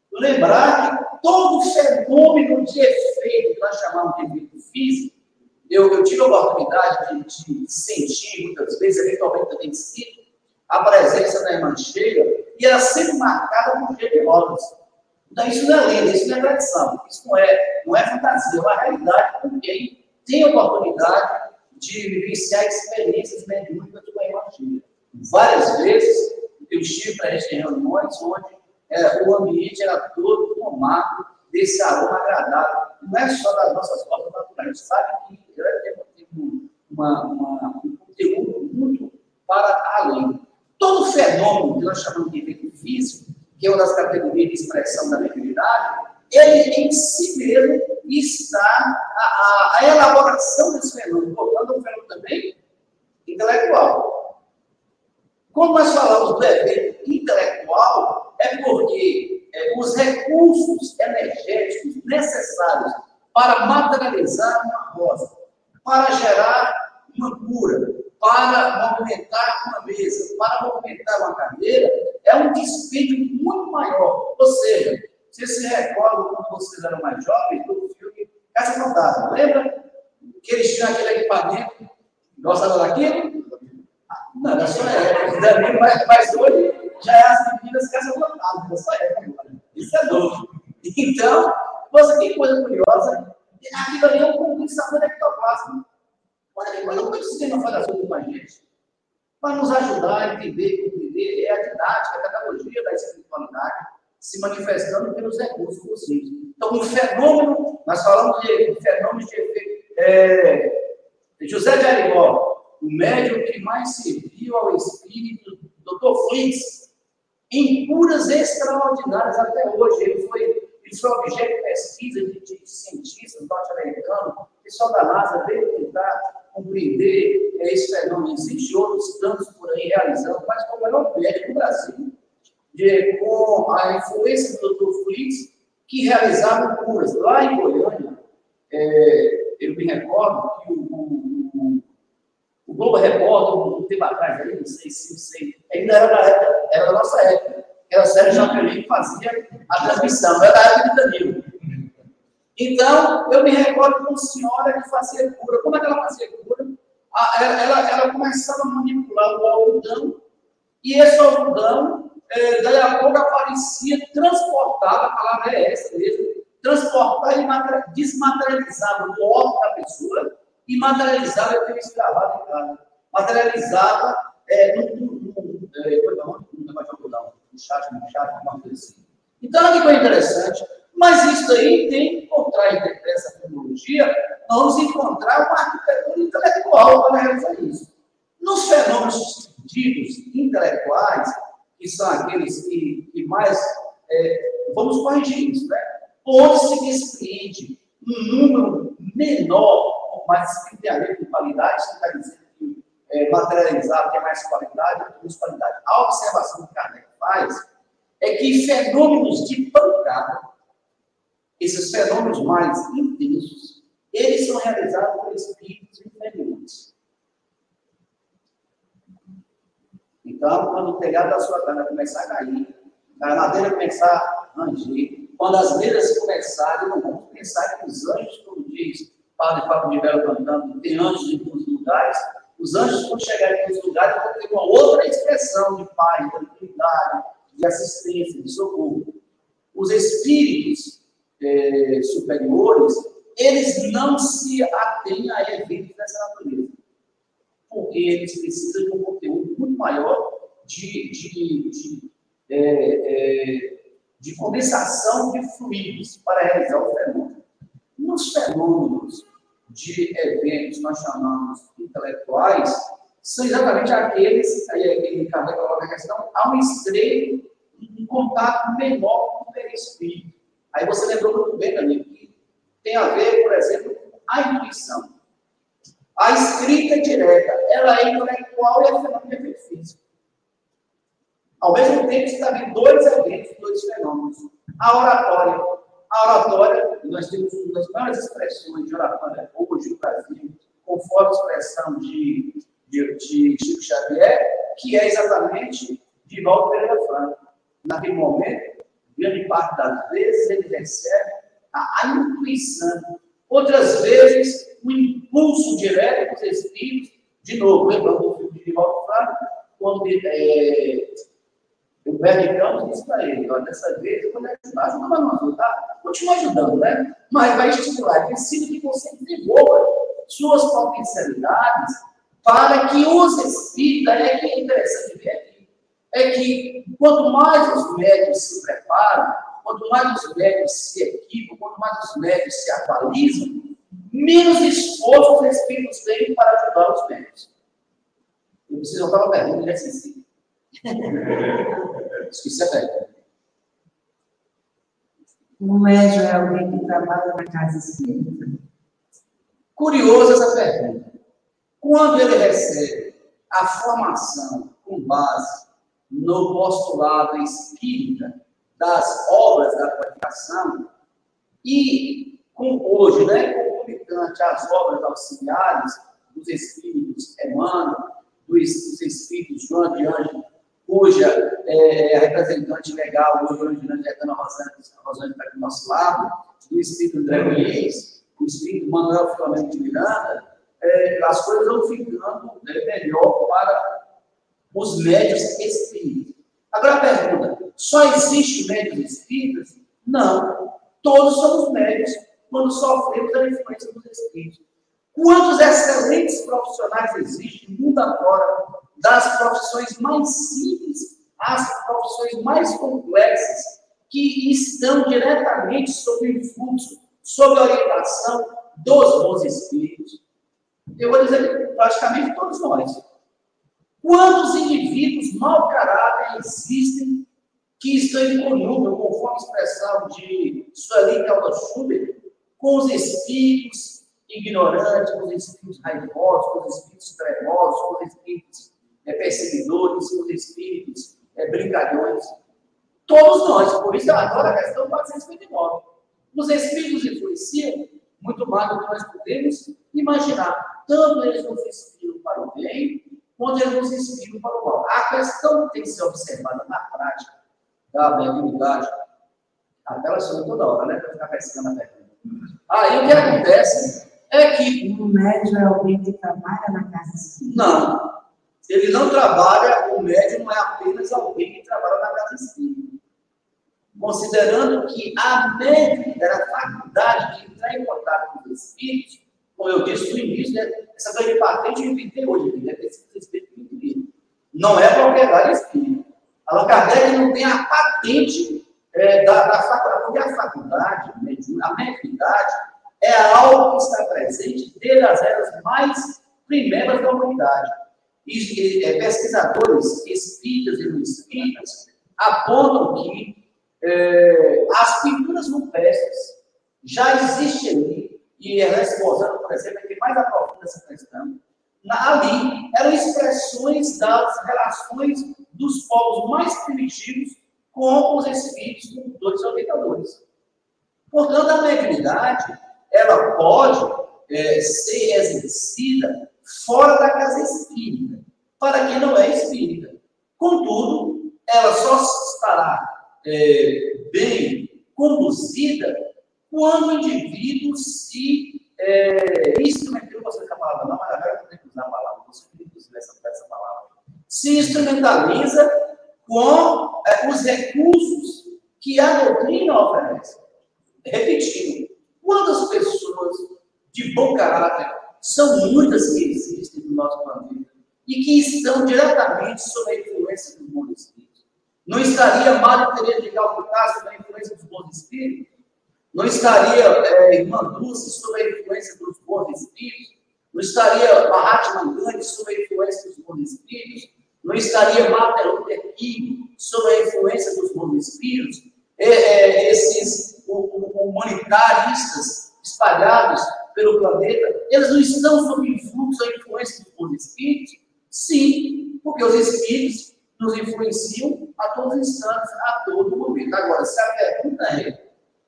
Lembrar que todo fenômeno de efeito que nós chamamos de efeito físico, eu, eu tive a oportunidade de, de sentir, muitas vezes, eventualmente também sinto, a presença da irmã Sheila, e era sempre marcada por generosas. Então, isso não é lenda, isso não é tradição, isso não é, não é fantasia, é uma realidade com quem tem a oportunidade de vivenciar experiências mediúnicas com a irmã Sheila. Várias vezes, eu estive presente em reuniões onde é, o ambiente era todo tomado desse aroma agradável. Não é só das nossas costas naturais, a gente sabe que tem uma, uma, um conteúdo muito para além. Todo fenômeno que nós chamamos de efeito físico, que é uma das categorias de expressão da mediunidade, ele em si mesmo está a, a, a elaboração desse fenômeno, voltando ao fenômeno também intelectual. Quando nós falamos do evento intelectual, é porque é, os recursos energéticos necessários para materializar uma rosa, para gerar uma cura, para movimentar uma mesa, para movimentar uma cadeira, é um dispêndio muito maior. Ou seja, vocês se recordam quando vocês eram mais jovens do filme Casa Fantasma, lembra? Que eles tinham aquele equipamento, gostavam daquilo? Não, na sua época, mas, mas hoje já é as meninas Casa Fantasma, na sua época. Isso é novo. Então, você tem coisa curiosa, aquilo ali é um condensador ectoplasma. Mas não pode ser uma fazendo com a gente. Para nos ajudar a entender, compreender, é a didática, a pedagogia da espiritualidade se manifestando pelos recursos possíveis. Então, um fenômeno, nós falamos de fenômenos de efeito, é, José de Arigó, o médium que mais serviu ao espírito, doutor Fritz, em curas extraordinárias até hoje. Ele foi, ele foi objeto de pesquisa de, de cientistas norte-americanos, pessoal da NASA veio tentar compreender é, esse fenômeno. Existem outros tantos por aí realizando, mas como é o médico do Brasil, de, com a influência do doutor Fritz, que realizava curas. Lá em Goiânia, é, eu me recordo que o, o, o, o Globo Repórter, um tempo atrás, aí, não sei se não sei, ainda era da, época, era da nossa época, era a Sérgio Chapelin que fazia a transmissão, era da época de Danilo. Então, eu me recordo de uma senhora que fazia cura. Como é que ela fazia cura? Ela, ela, ela começava a manipular o algodão, e esse algodão, é, daí a pouco aparecia, transportava, a palavra é essa mesmo, transportar e desmaterializava o órgão da pessoa e materializava, eu tenho isso gravado em casa, materializava é, no, no, no, é, não, no, no chat, no chat, alguma coisa assim. Então, olha que coisa interessante, mas isso aí tem, por trás dessa tecnologia, nós vamos encontrar uma arquitetura intelectual para realizar isso. Nos fenômenos ditos intelectuais, que são aqueles que, que mais, é, vamos corrigir isso, né? Onde se despreende um número menor, mas tem a ver com qualidade, você está dizendo que é, materializado tem mais qualidade ou menos qualidade. A observação que Kardec faz é que fenômenos de pancada, esses fenômenos mais intensos, eles são realizados por espíritos inferiores. Então, quando o telhado da sua casa começar a cair, a madeira começar a ranger, quando as mesas começarem, não vamos pensar que os anjos, como diz Padre Fábio de Mello cantando, tem anjos em todos os lugares. Os anjos, quando chegarem em todos os lugares, vão ter uma outra expressão de paz, de tranquilidade, de assistência, de socorro. Os espíritos eh, superiores, eles não se atêm a eventos dessa natureza, porque eles precisam de um conteúdo muito maior de, de, de é, é, de condensação de fluidos para realizar o fenômeno. Nos fenômenos de eventos nós chamamos intelectuais, são exatamente aqueles, aí aquele Kardec coloca a questão, há um estreito, um contato menor com o perispírito. Aí você lembrou muito bem, amigo, que tem a ver, por exemplo, com a intuição. A escrita direta, ela é intelectual e é fenômeno de efeito físico. Ao mesmo tempo, você está vendo dois eventos, dois fenômenos. A oratória. A oratória, nós temos uma das maiores expressões de oratória hoje no Brasil, conforme a expressão de, de, de Chico Xavier, que é exatamente de Valdo Pereira Franco. Naquele momento, grande parte das vezes, ele recebe a, a intuição. Outras vezes, o impulso direto dos espíritos, de novo, lembrando do filme de Valdo Franco, quando é, o Bernie Campos disse para ele, ó, dessa vez eu vou lhe ajudar, ajuda para nós ajudar, continua ajudando, né? Mas vai estimular, precisa que você desenvolva suas potencialidades para que os espíritos, é que é interessante ver aqui, é que quanto mais os médios se preparam, quanto mais os médios se equipam, quanto mais os médios se atualizam, menos esforço os espíritos têm para ajudar os médios. Eu preciso voltar para a pergunta, já esqueci. Esqueci a pergunta. Um médium é alguém que trabalha na casa espírita? Curiosa essa pergunta. Quando ele recebe a formação com base no postulado espírita das obras da qualificação e com, hoje, né, concomitante às obras auxiliares dos espíritos Emmanuel, dos, dos espíritos João de Ângelo, cuja é, representante legal hoje, hoje, na Diana Rosângela, a Rosângela está aqui do nosso lado, do espírito André Luiz, o espírito Manuel Filomeno de Miranda, é, as coisas vão ficando né, melhor para os médios espíritas. Agora a pergunta, só existe médios espíritas? Não. Todos somos médios quando sofremos a influência dos espíritos. Quantos excelentes profissionais existem no mundo afora, das profissões mais simples às profissões mais complexas, que estão diretamente sob o influxo, sob a orientação dos bons espíritos? Eu vou dizer praticamente todos nós. Quantos indivíduos mau caráter existem que estão em conjunto, conforme a expressão de Sueli Caldas-Schubert, com os espíritos ignorantes, com os espíritos raivosos, com os espíritos tremosos, com os espíritos é, perseguidores, com os espíritos é, brincalhões. Todos nós, por isso agora a questão quatrocentos e cinquenta e nove. Os espíritos influenciam muito mais do que nós podemos imaginar. Tanto eles nos inspiram para o bem, quanto eles nos inspiram para o mal. A questão que tem que ser observada na prática da mediunidade, a tela sobe toda hora, né? Para ficar pescando a pergunta. Aí o que acontece é que... Um médium é alguém que trabalha na casa espírita? Não. Ele não trabalha, o médium não é apenas alguém que trabalha na casa espírita. Considerando que a mediunidade, a faculdade de entrar em contato com os espíritos, como eu disse no início, né, essa coisa de patente eu inventei hoje, né, esse espírito muito não é propriedade espírita. Allan Kardec não tem a patente é, da, da faculdade, porque a faculdade, a mediunidade, é algo que está presente desde as eras mais primeiras da humanidade. E, e é, pesquisadores espíritas e não espíritas apontam que é, as pinturas rupestres já existem ali, e Ernesto Bozano, por exemplo, é quem mais aprofunda essa questão. Na, ali eram expressões das relações dos povos mais primitivos com os espíritos condutores orientadores. Portanto, a mediunidade ela pode é, ser exercida fora da casa espírita, para quem não é espírita. Contudo, ela só estará é, bem conduzida quando o indivíduo se é, instrumentaliza, não gosto dessa palavra não, mas agora eu tenho que usar a palavra, você tem que usar essa, essa palavra, se instrumentaliza com é, os recursos que a doutrina oferece. Repetindo, quantas pessoas de bom caráter, são muitas que existem no nosso planeta, e que estão diretamente sob a influência dos bons espíritos. Não estaria Madre Teresa de Calcutá sob a influência dos bons espíritos? Não estaria é, Irmã Dulce sob a influência dos bons espíritos? Não estaria Mahatma Gandhi sob a influência dos bons espíritos? Não estaria Martin Luther King sob a influência dos bons espíritos? É, é, esses humanitaristas espalhados pelo planeta, eles não estão sob influxo, a influência dos bons espíritos? Sim, porque os espíritos nos influenciam a todos os instantes, a todo momento. Agora, se a pergunta é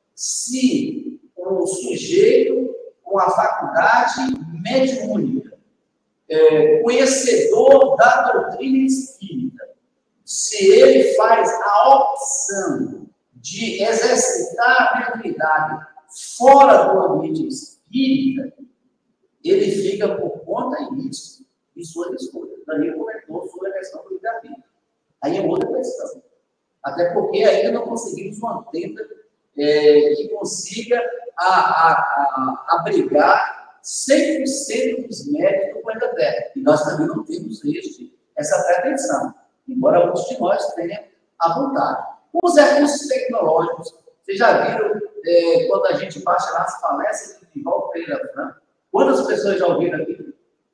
se o sujeito com a faculdade mediúnica, é, conhecedor da doutrina espírita, se ele faz a opção de exercitar a mediunidade fora do ambiente espírita, ele fica por conta disso e suas escolhas. Daniel comentou sobre a questão do livre-arbítrio. Aí é outra questão. Até porque ainda não conseguimos uma tenda é, que consiga a, a, a, abrigar cem por cento dos méritos do planeta Terra. E nós também não temos este, essa pretensão, embora muitos de nós tenham a vontade. Com os recursos tecnológicos, vocês já viram é, quando a gente baixa lá as palestras de Divaldo Pereira Franco? Quantas pessoas já ouviram aqui?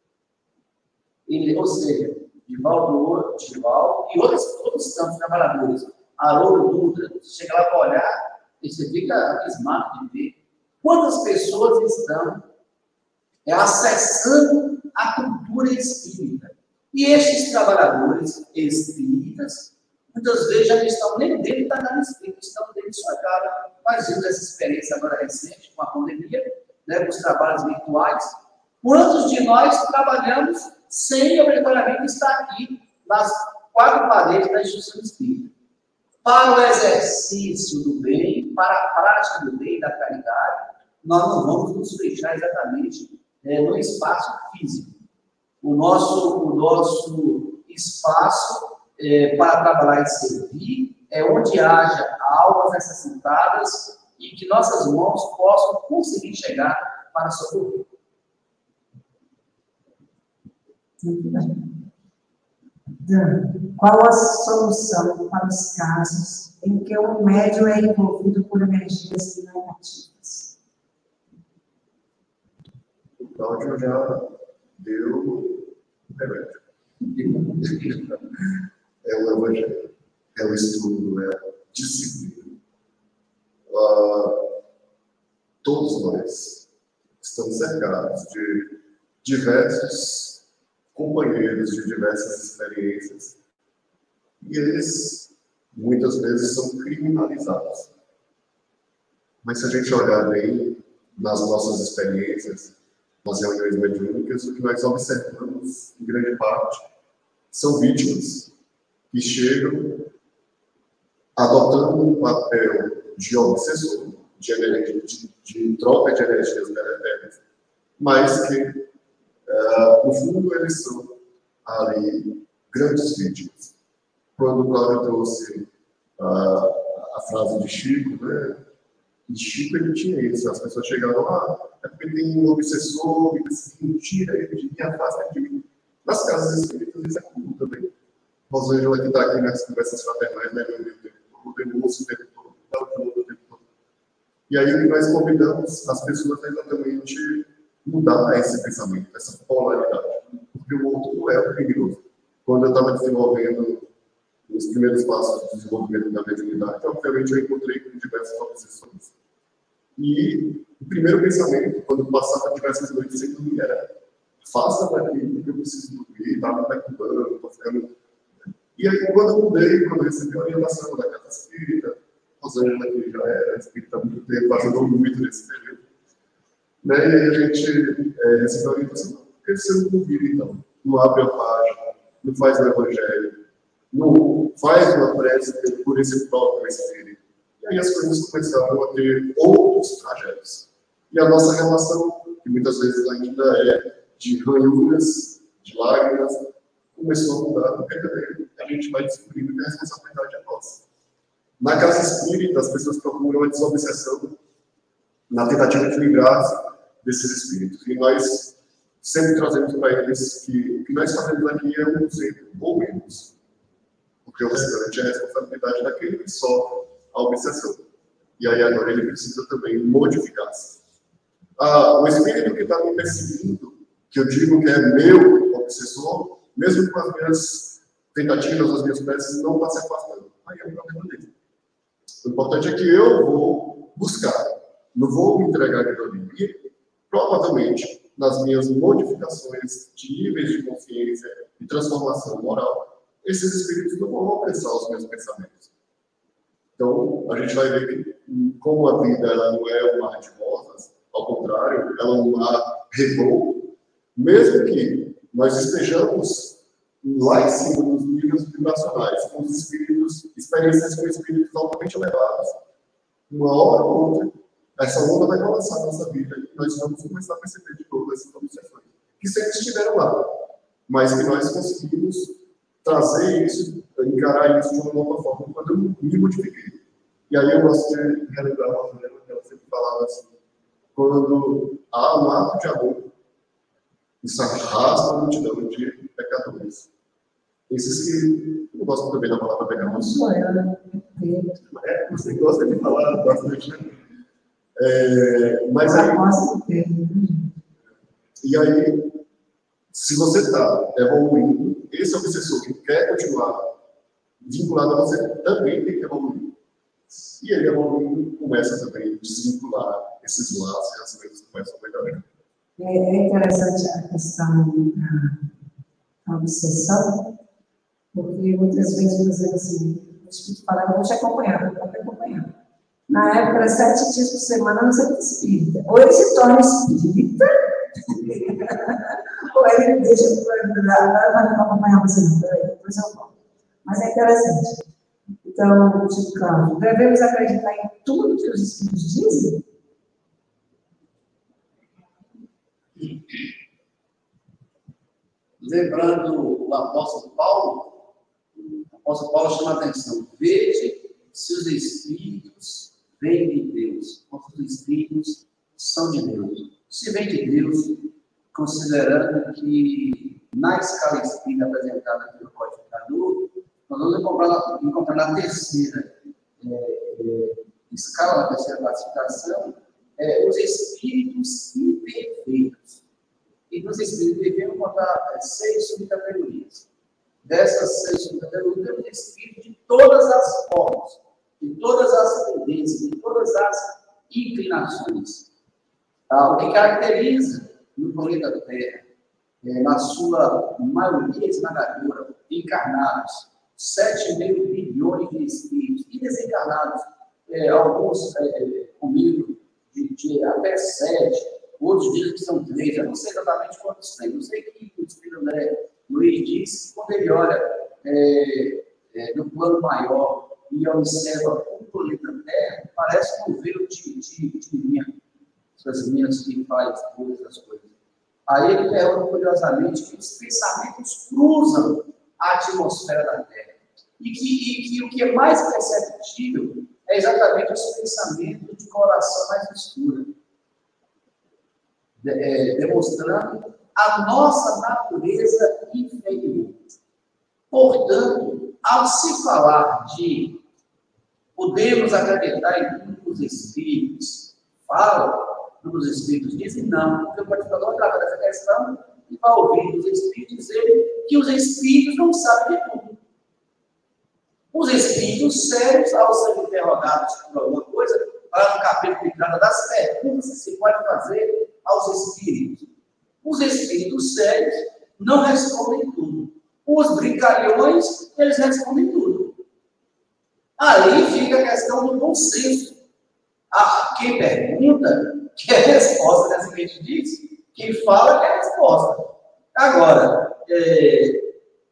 Ele, ou seja, Divaldo, Divaldo e outros, outros tantos trabalhadores, Haroldo Dutra, você chega lá para olhar e você fica abismado de ver quantas pessoas estão é, acessando a cultura espírita. E estes trabalhadores espíritas, muitas vezes já não estão nem dentro da casa espírita, estão dentro de sua casa. Nós vimos essa experiência agora recente com a pandemia, né, com os trabalhos virtuais. Quantos de nós trabalhamos sem obrigatoriamente estar aqui nas quatro paredes da instituição espírita? Para o exercício do bem, para a prática do bem e da caridade, nós não vamos nos fechar exatamente é, no espaço físico. O nosso, o nosso espaço é, para trabalhar e servir é onde haja almas necessitadas e que nossas mãos possam conseguir chegar para socorrer. Muito bem. Dan, qual a solução para os casos em que o médium é envolvido por energias negativas? O Cláudio já deu o remédio. É o evangelho, é o estudo, é a disciplina. Uh, todos nós estamos cercados de diversos companheiros, de diversas experiências, e eles muitas vezes são criminalizados. Mas se a gente olhar bem nas nossas experiências, nas reuniões mediúnicas, o que nós observamos, em grande parte, são vítimas que chegam adotando um papel de obsessor, de, energia, de, de troca de energias deletérias, mas que, uh, no fundo, eles são ali grandes vítimas. Quando o Cláudio trouxe uh, a frase de Chico, né? E Chico, ele tinha isso. As pessoas chegavam lá, ah, é porque tem um obsessor, e assim, tira ele de mim, afasta de mim. Nas casas espíritas, isso é comum também. Rosângela, que está aqui nas conversas fraternais, né, meu Deus, o denúncio o tempo todo, o tempo todo. E aí, o que nós convidamos as pessoas é exatamente mudar esse pensamento, essa polaridade. Porque o outro é o criminoso. Quando eu estava desenvolvendo os primeiros passos do desenvolvimento da mediunidade, obviamente eu encontrei com diversas obsessões. E o primeiro pensamento, quando passava diversas noites sem dormir, era: faça daqui, porque eu preciso dormir, estava me incubando, estou ficando. E aí, quando eu mudei, quando eu recebi a orientação da Casa Espírita, Rosângela, que já era espírita há muito tempo, ajudou muito nesse período, né? E aí a gente é, recebeu a orientação: por que você não vira, então? Não abre a página, não faz o Evangelho, não faz uma prece por esse próprio Espírito. E aí as coisas começaram a ter outros trajetos. E a nossa relação, que muitas vezes ainda é de ranhuras, de lágrimas, começou a mudar, porque a gente vai descobrindo que a responsabilidade é nossa. Na Casa Espírita, as pessoas procuram a desobsessão na tentativa de livrar-se desses espíritos. E nós sempre trazemos para eles que o que nós fazemos aqui é um conceito, ou menos. Porque o restante é a responsabilidade daquele que sofre a obsessão. E aí agora ele precisa também modificar-se. Ah, o espírito que está me perseguindo, que eu digo que é meu obsessor, mesmo com as minhas tentativas, as minhas preces, não está se afastando. Aí é um problema dele. O importante é que eu vou buscar, não vou me entregar de ali. E provavelmente, nas minhas modificações de níveis de consciência e transformação moral, esses espíritos não vão alcançar os meus pensamentos. Então, a gente vai ver que, como a vida ela não é um mar de rosas, ao contrário, ela é um mar revolto, mesmo que nós estejamos lá em cima nos níveis vibracionais, com os espíritos, experiências com espíritos altamente elevados, uma hora ou outra, essa onda vai balançar a nossa vida e nós vamos começar a perceber de novo essas obsessões, que sempre estiveram lá, mas que nós conseguimos trazer isso, encarar isso de uma nova forma quando eu me modifiquei. E aí eu gosto de relembrar uma coisa que ela sempre falava assim: quando há um ato de amor, isso arrasta a multidão de pecadores. Esses que eu gosto também da palavra pecadores. É, você gosta de falar bastante. É, mas aí, e aí, se você está evoluindo, esse obsessor que quer continuar vinculado a você também tem que evoluir. E ele evoluindo começa também a desvincular esses laços e as coisas começam a melhorar. É interessante a questão da obsessão, porque muitas vezes você assim, o Espírito fala: eu vou te acompanhar, eu vou te acompanhar. Na época, era sete dias por semana no centro espírita. Ou ele se torna espírita, ou ele deixa para vai acompanhar você não, depois eu volto. Mas é interessante. Então, tipo, Cláudio, devemos acreditar em tudo que os espíritos dizem? Lembrando o apóstolo Paulo, o apóstolo Paulo chama a atenção: veja se os espíritos vêm de Deus, porque os espíritos são de Deus. Se vem de Deus, considerando que na escala espírita apresentada pelo codificador, nós vamos encontrar, encontrar na terceira é, é, escala, na terceira classificação, é, os espíritos imperfeitos. e nos espíritos devemos botar seis subcategorias. Dessas seis subcategorias, temos espíritos de todas as formas, de todas as tendências, de todas as inclinações. Ah, o que caracteriza no planeta Terra, é, na sua maioria esmagadora, encarnados, sete vírgula cinco bilhões de espíritos, e desencarnados, é, alguns é, comigo, de, de até sete, outros dizem que são três, eu não sei exatamente quantos tem, eu sei que o Espírito André Luiz disse que quando ele olha é, é, no plano maior e observa o planeta Terra, parece um velo de, de, de minha, essas minhas que faz todas as coisas. Aí ele pergunta curiosamente que os pensamentos cruzam a atmosfera da Terra. E que, e que o que é mais perceptível é exatamente os pensamentos de coloração mais escura. De, é, demonstrando a nossa natureza inferior. Portanto, ao se falar de podemos acreditar em tudo que os espíritos falam, os espíritos dizem não, porque o particular trata dessa questão e vai ouvir os espíritos dizerem que os espíritos não sabem de tudo. Os espíritos sérios, ao serem interrogados por alguma coisa, lá no capítulo que trata das perguntas que se pode fazer aos espíritos. Os espíritos sérios não respondem tudo. Os brincalhões, eles respondem tudo. Aí fica a questão do bom senso. Ah, quem pergunta quer resposta, né? Assim que a gente diz, quem fala quer resposta. Agora, é,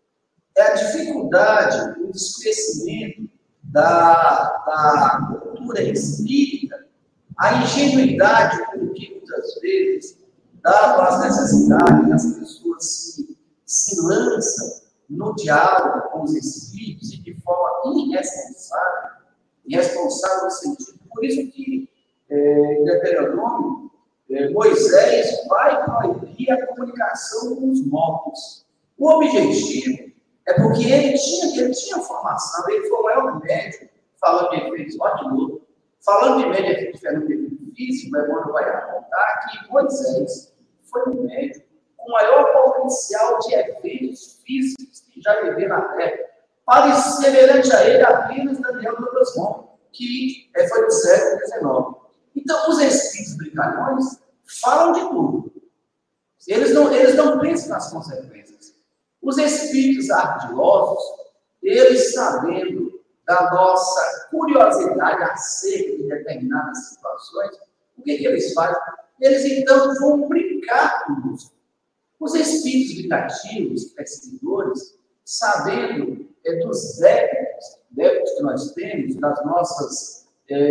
é a dificuldade, o desconhecimento da, da cultura espírita, a ingenuidade com que muitas vezes, dado as necessidades, as pessoas se, se lançam no diálogo com os espíritos e de forma irresponsável, irresponsável no sentido, por isso que é, em Deuteronômio, é, Moisés vai proibir a comunicação com os mortos. O objetivo é porque ele tinha, ele tinha formação, ele foi o maior médico, falando de efeitos, ó, de novo, falando de médio efeito fenômeno físico, o Emmanuel vai apontar que Moisés foi um médico com o maior potencial de efeitos físicos que já viveu na Terra. Parece semelhante a ele apenas Daniel Douglas Monk, que foi do século dezenove. Então, os espíritos brincalhões falam de tudo. Eles não, eles não pensam nas consequências. Os espíritos ardilosos, eles sabendo da nossa curiosidade acerca de determinadas situações, o que, que eles fazem? Eles então vão brincar conosco. Os espíritos vingativos, perseguidores, sabendo é, dos débitos, débitos que nós temos, das nossas,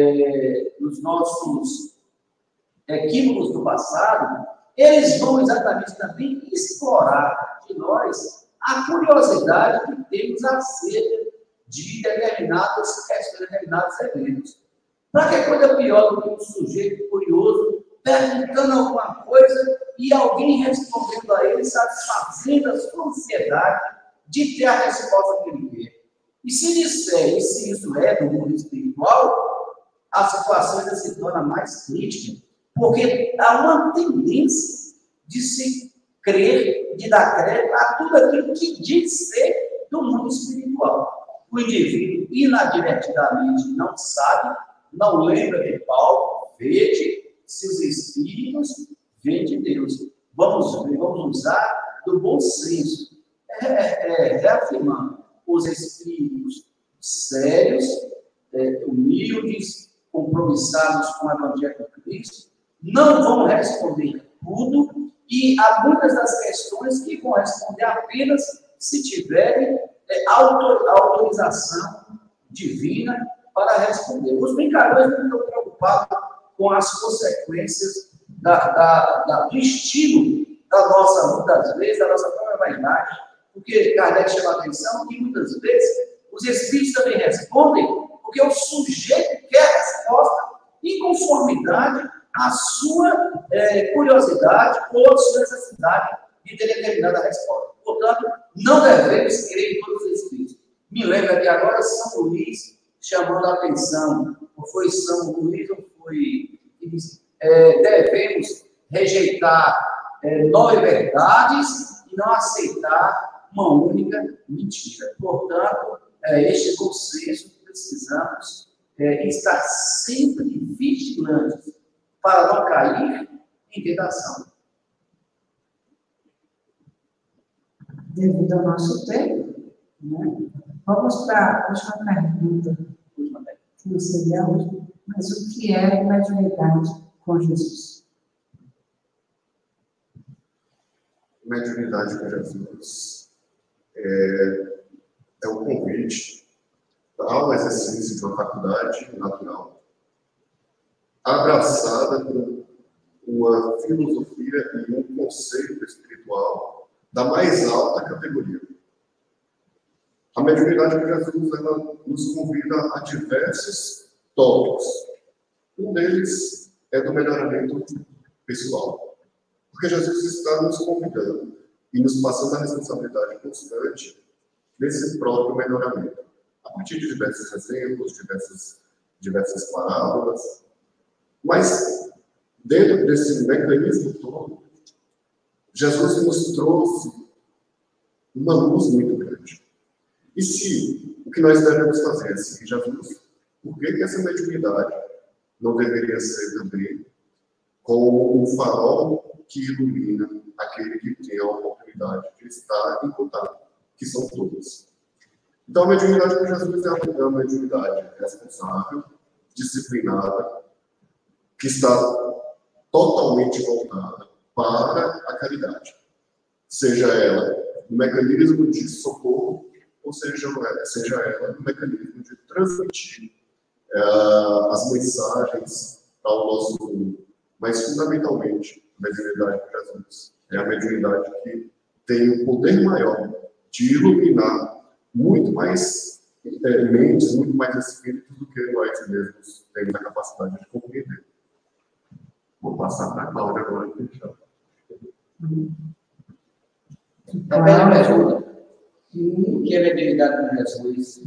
é, dos nossos equívocos do passado, eles vão exatamente também explorar de nós a curiosidade que temos acerca de determinadas questões, determinados eventos. Para que coisa pior do que um sujeito curioso perguntando alguma coisa e alguém respondendo a ele, satisfazendo a sua ansiedade de ter a resposta que ele quer. E se disser, e se isso é do mundo espiritual, a situação ainda se torna mais crítica, porque há uma tendência de se crer, de dar crédito a tudo aquilo que diz ser do mundo espiritual. O indivíduo inadvertidamente não sabe, não lembra de Paulo, vede se os espíritos vêm de Deus. Vamos ver, vamos usar do bom senso. É, é, reafirmando os espíritos sérios, é, humildes, compromissados com o Evangelho de Cristo, não vão responder tudo e há muitas das questões que vão responder apenas se tiverem é, autorização divina para responder. Os brincalhões não estão preocupados com as consequências da, da, da, do estímulo da nossa, muitas vezes, da nossa própria vaidade, porque Kardec chama a atenção que muitas vezes os espíritos também respondem porque o sujeito quer a resposta em conformidade à sua é, curiosidade ou à sua necessidade de ter determinada resposta. Portanto, não devemos crer em todos os espíritos. Me lembra que agora São Luís chamando a atenção, ou foi São Luís, ou foi, é, devemos rejeitar é, nove verdades e não aceitar uma única mentira. Portanto, é este bom senso que precisamos é, estar sempre vigilantes para não cair em tentação. Devido ao nosso tempo, né? Vamos para a última pergunta, que não seria a última, mas o que é mediunidade com Jesus? Mediunidade com Jesus é, é um convite ao exercício de uma faculdade natural, abraçada por uma filosofia e um conceito espiritual da mais alta categoria. A mediunidade com Jesus, ela nos convida a diversos tópicos. Um deles é do melhoramento pessoal. Porque Jesus está nos convidando e nos passando a responsabilidade constante desse próprio melhoramento. A partir de diversos exemplos, diversas, diversas parábolas. Mas, dentro desse mecanismo todo, Jesus nos trouxe uma luz muito grande. E se o que nós devemos fazer é seguir Jesus, por que que essa mediunidade não deveria ser também como um farol que ilumina aquele que tem a oportunidade de estar em contato, que são todos? Então, a mediunidade com Jesus é uma mediunidade responsável, disciplinada, que está totalmente voltada para a caridade. Seja ela um mecanismo de socorro, ou seja, seja ela um mecanismo de transmitir uh, as mensagens ao nosso mundo. Mas, fundamentalmente, a mediunidade com Jesus é a mediunidade que tem o poder maior de iluminar muito mais é, mentes, muito mais espíritos do que nós mesmos temos a capacidade de compreender. Vou passar para a Cláudia agora. Repete a pergunta. O que é mediunidade com Jesus?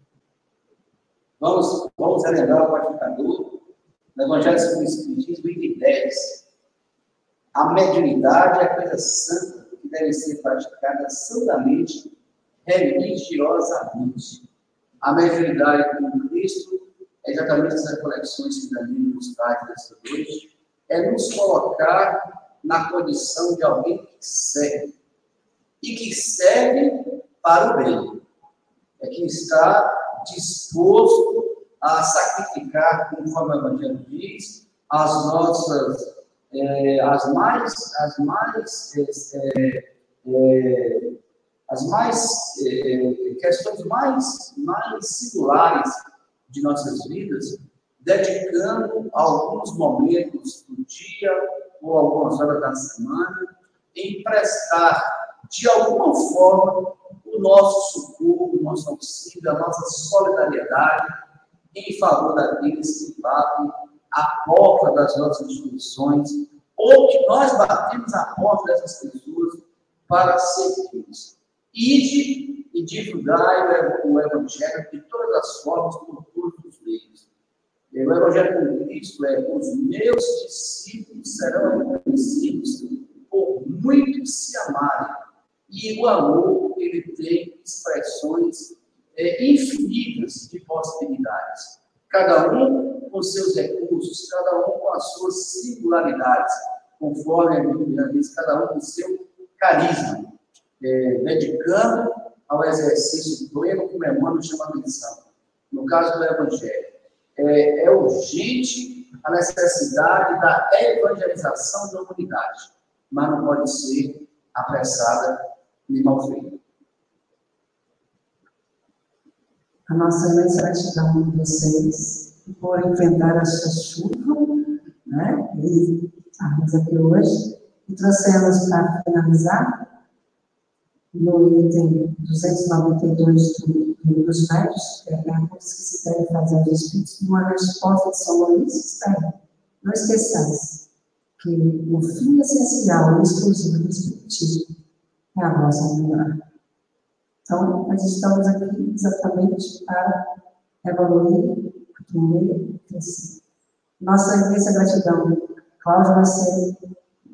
Vamos, vamos relembrar o qualificador no Evangelho segundo o Espiritismo, item dez. A mediunidade é a coisa santa que deve ser praticada santamente, religiosamente. A mediunidade com Cristo é exatamente as reflexões que Danilo nos traz nessa noite, é nos colocar na condição de alguém que serve, e que serve para o bem. É que está disposto a sacrificar, conforme o Evangelho diz, as nossas, é, as mais, as mais, é, é, as mais é, questões mais, mais singulares de nossas vidas, dedicando alguns momentos do dia ou algumas horas da semana em prestar, de alguma forma, o nosso socorro, o nosso auxílio, a nossa solidariedade em favor daqueles que batem a porta das nossas instituições ou que nós batemos a porta dessas pessoas para servi-los. Ide e divulgai o Evangelho de todas as formas, por todos os meios. O Evangelho com Cristo é: os meus discípulos serão reconhecidos por muitos se amarem. E o amor, ele tem expressões é, infinitas de possibilidades. Cada um com seus recursos, cada um com as suas singularidades, conforme a Bíblia diz, cada um com seu carisma, é, dedicando ao exercício pleno, como Emmanuel chama a atenção. No caso do Evangelho, é, é urgente a necessidade da evangelização da humanidade, mas não pode ser apressada nem mal feita. A nossa imensa gratidão de vocês por enfrentar essa chuva, né? E estarmos aqui hoje. E trouxemos para finalizar, no item duzentos e noventa e dois do Livro dos Médiuns, que é perguntas que se devem fazer aos Espíritos, uma resposta de São Luís Estéreo. Não esqueçais que o fim essencial e exclusivo do Espiritismo é a vossa melhora. Então, nós estamos aqui exatamente para evoluir, aprender e crescer. Nossa imensa gratidão. Cláudia vai ser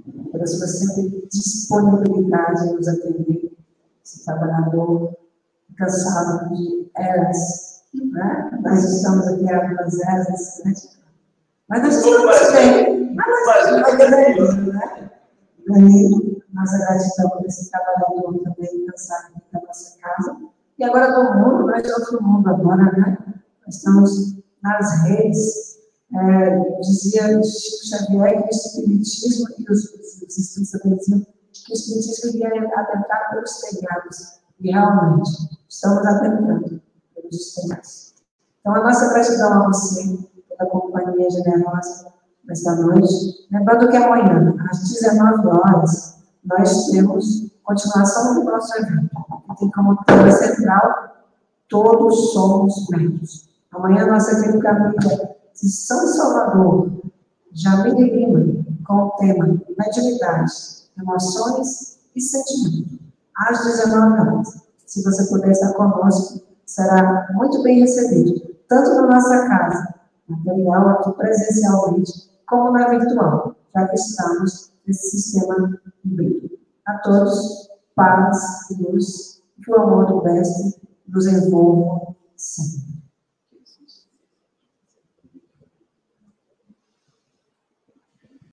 pela sua sempre disponibilidade em nos atender. Esse trabalhador cansado de eras, né? Nós estamos aqui há algumas eras, né? Mas nós estamos bem. Mas nós estamos bem, né? Daí, nossa gratidão por esse trabalhador também cansado da nossa casa. E agora do mundo, nós estamos no mundo agora, né? Nós estamos nas redes. É, dizia Chico Xavier que o espiritismo e os, os, os espíritos também diziam que o espiritismo iria adentrar pelos telhados. E realmente, estamos adentrando pelos telhados. Então, a nossa gratidão a você, pela companhia generosa nesta noite. Lembrando que amanhã, às dezenove horas, nós temos continuação do nosso evento. Que tem como tema central, todos somos médicos. Amanhã, nossa querida amiga de São Salvador, Jamile Lima, com o tema mediunidade, emoções e sentimento, às dezenove horas. Se você puder estar conosco, será muito bem recebido, tanto na nossa casa, material aqui presencialmente, como na virtual, já que estamos nesse sistema híbrido. A todos, paz e luz, que o amor do Mestre nos envolva sempre.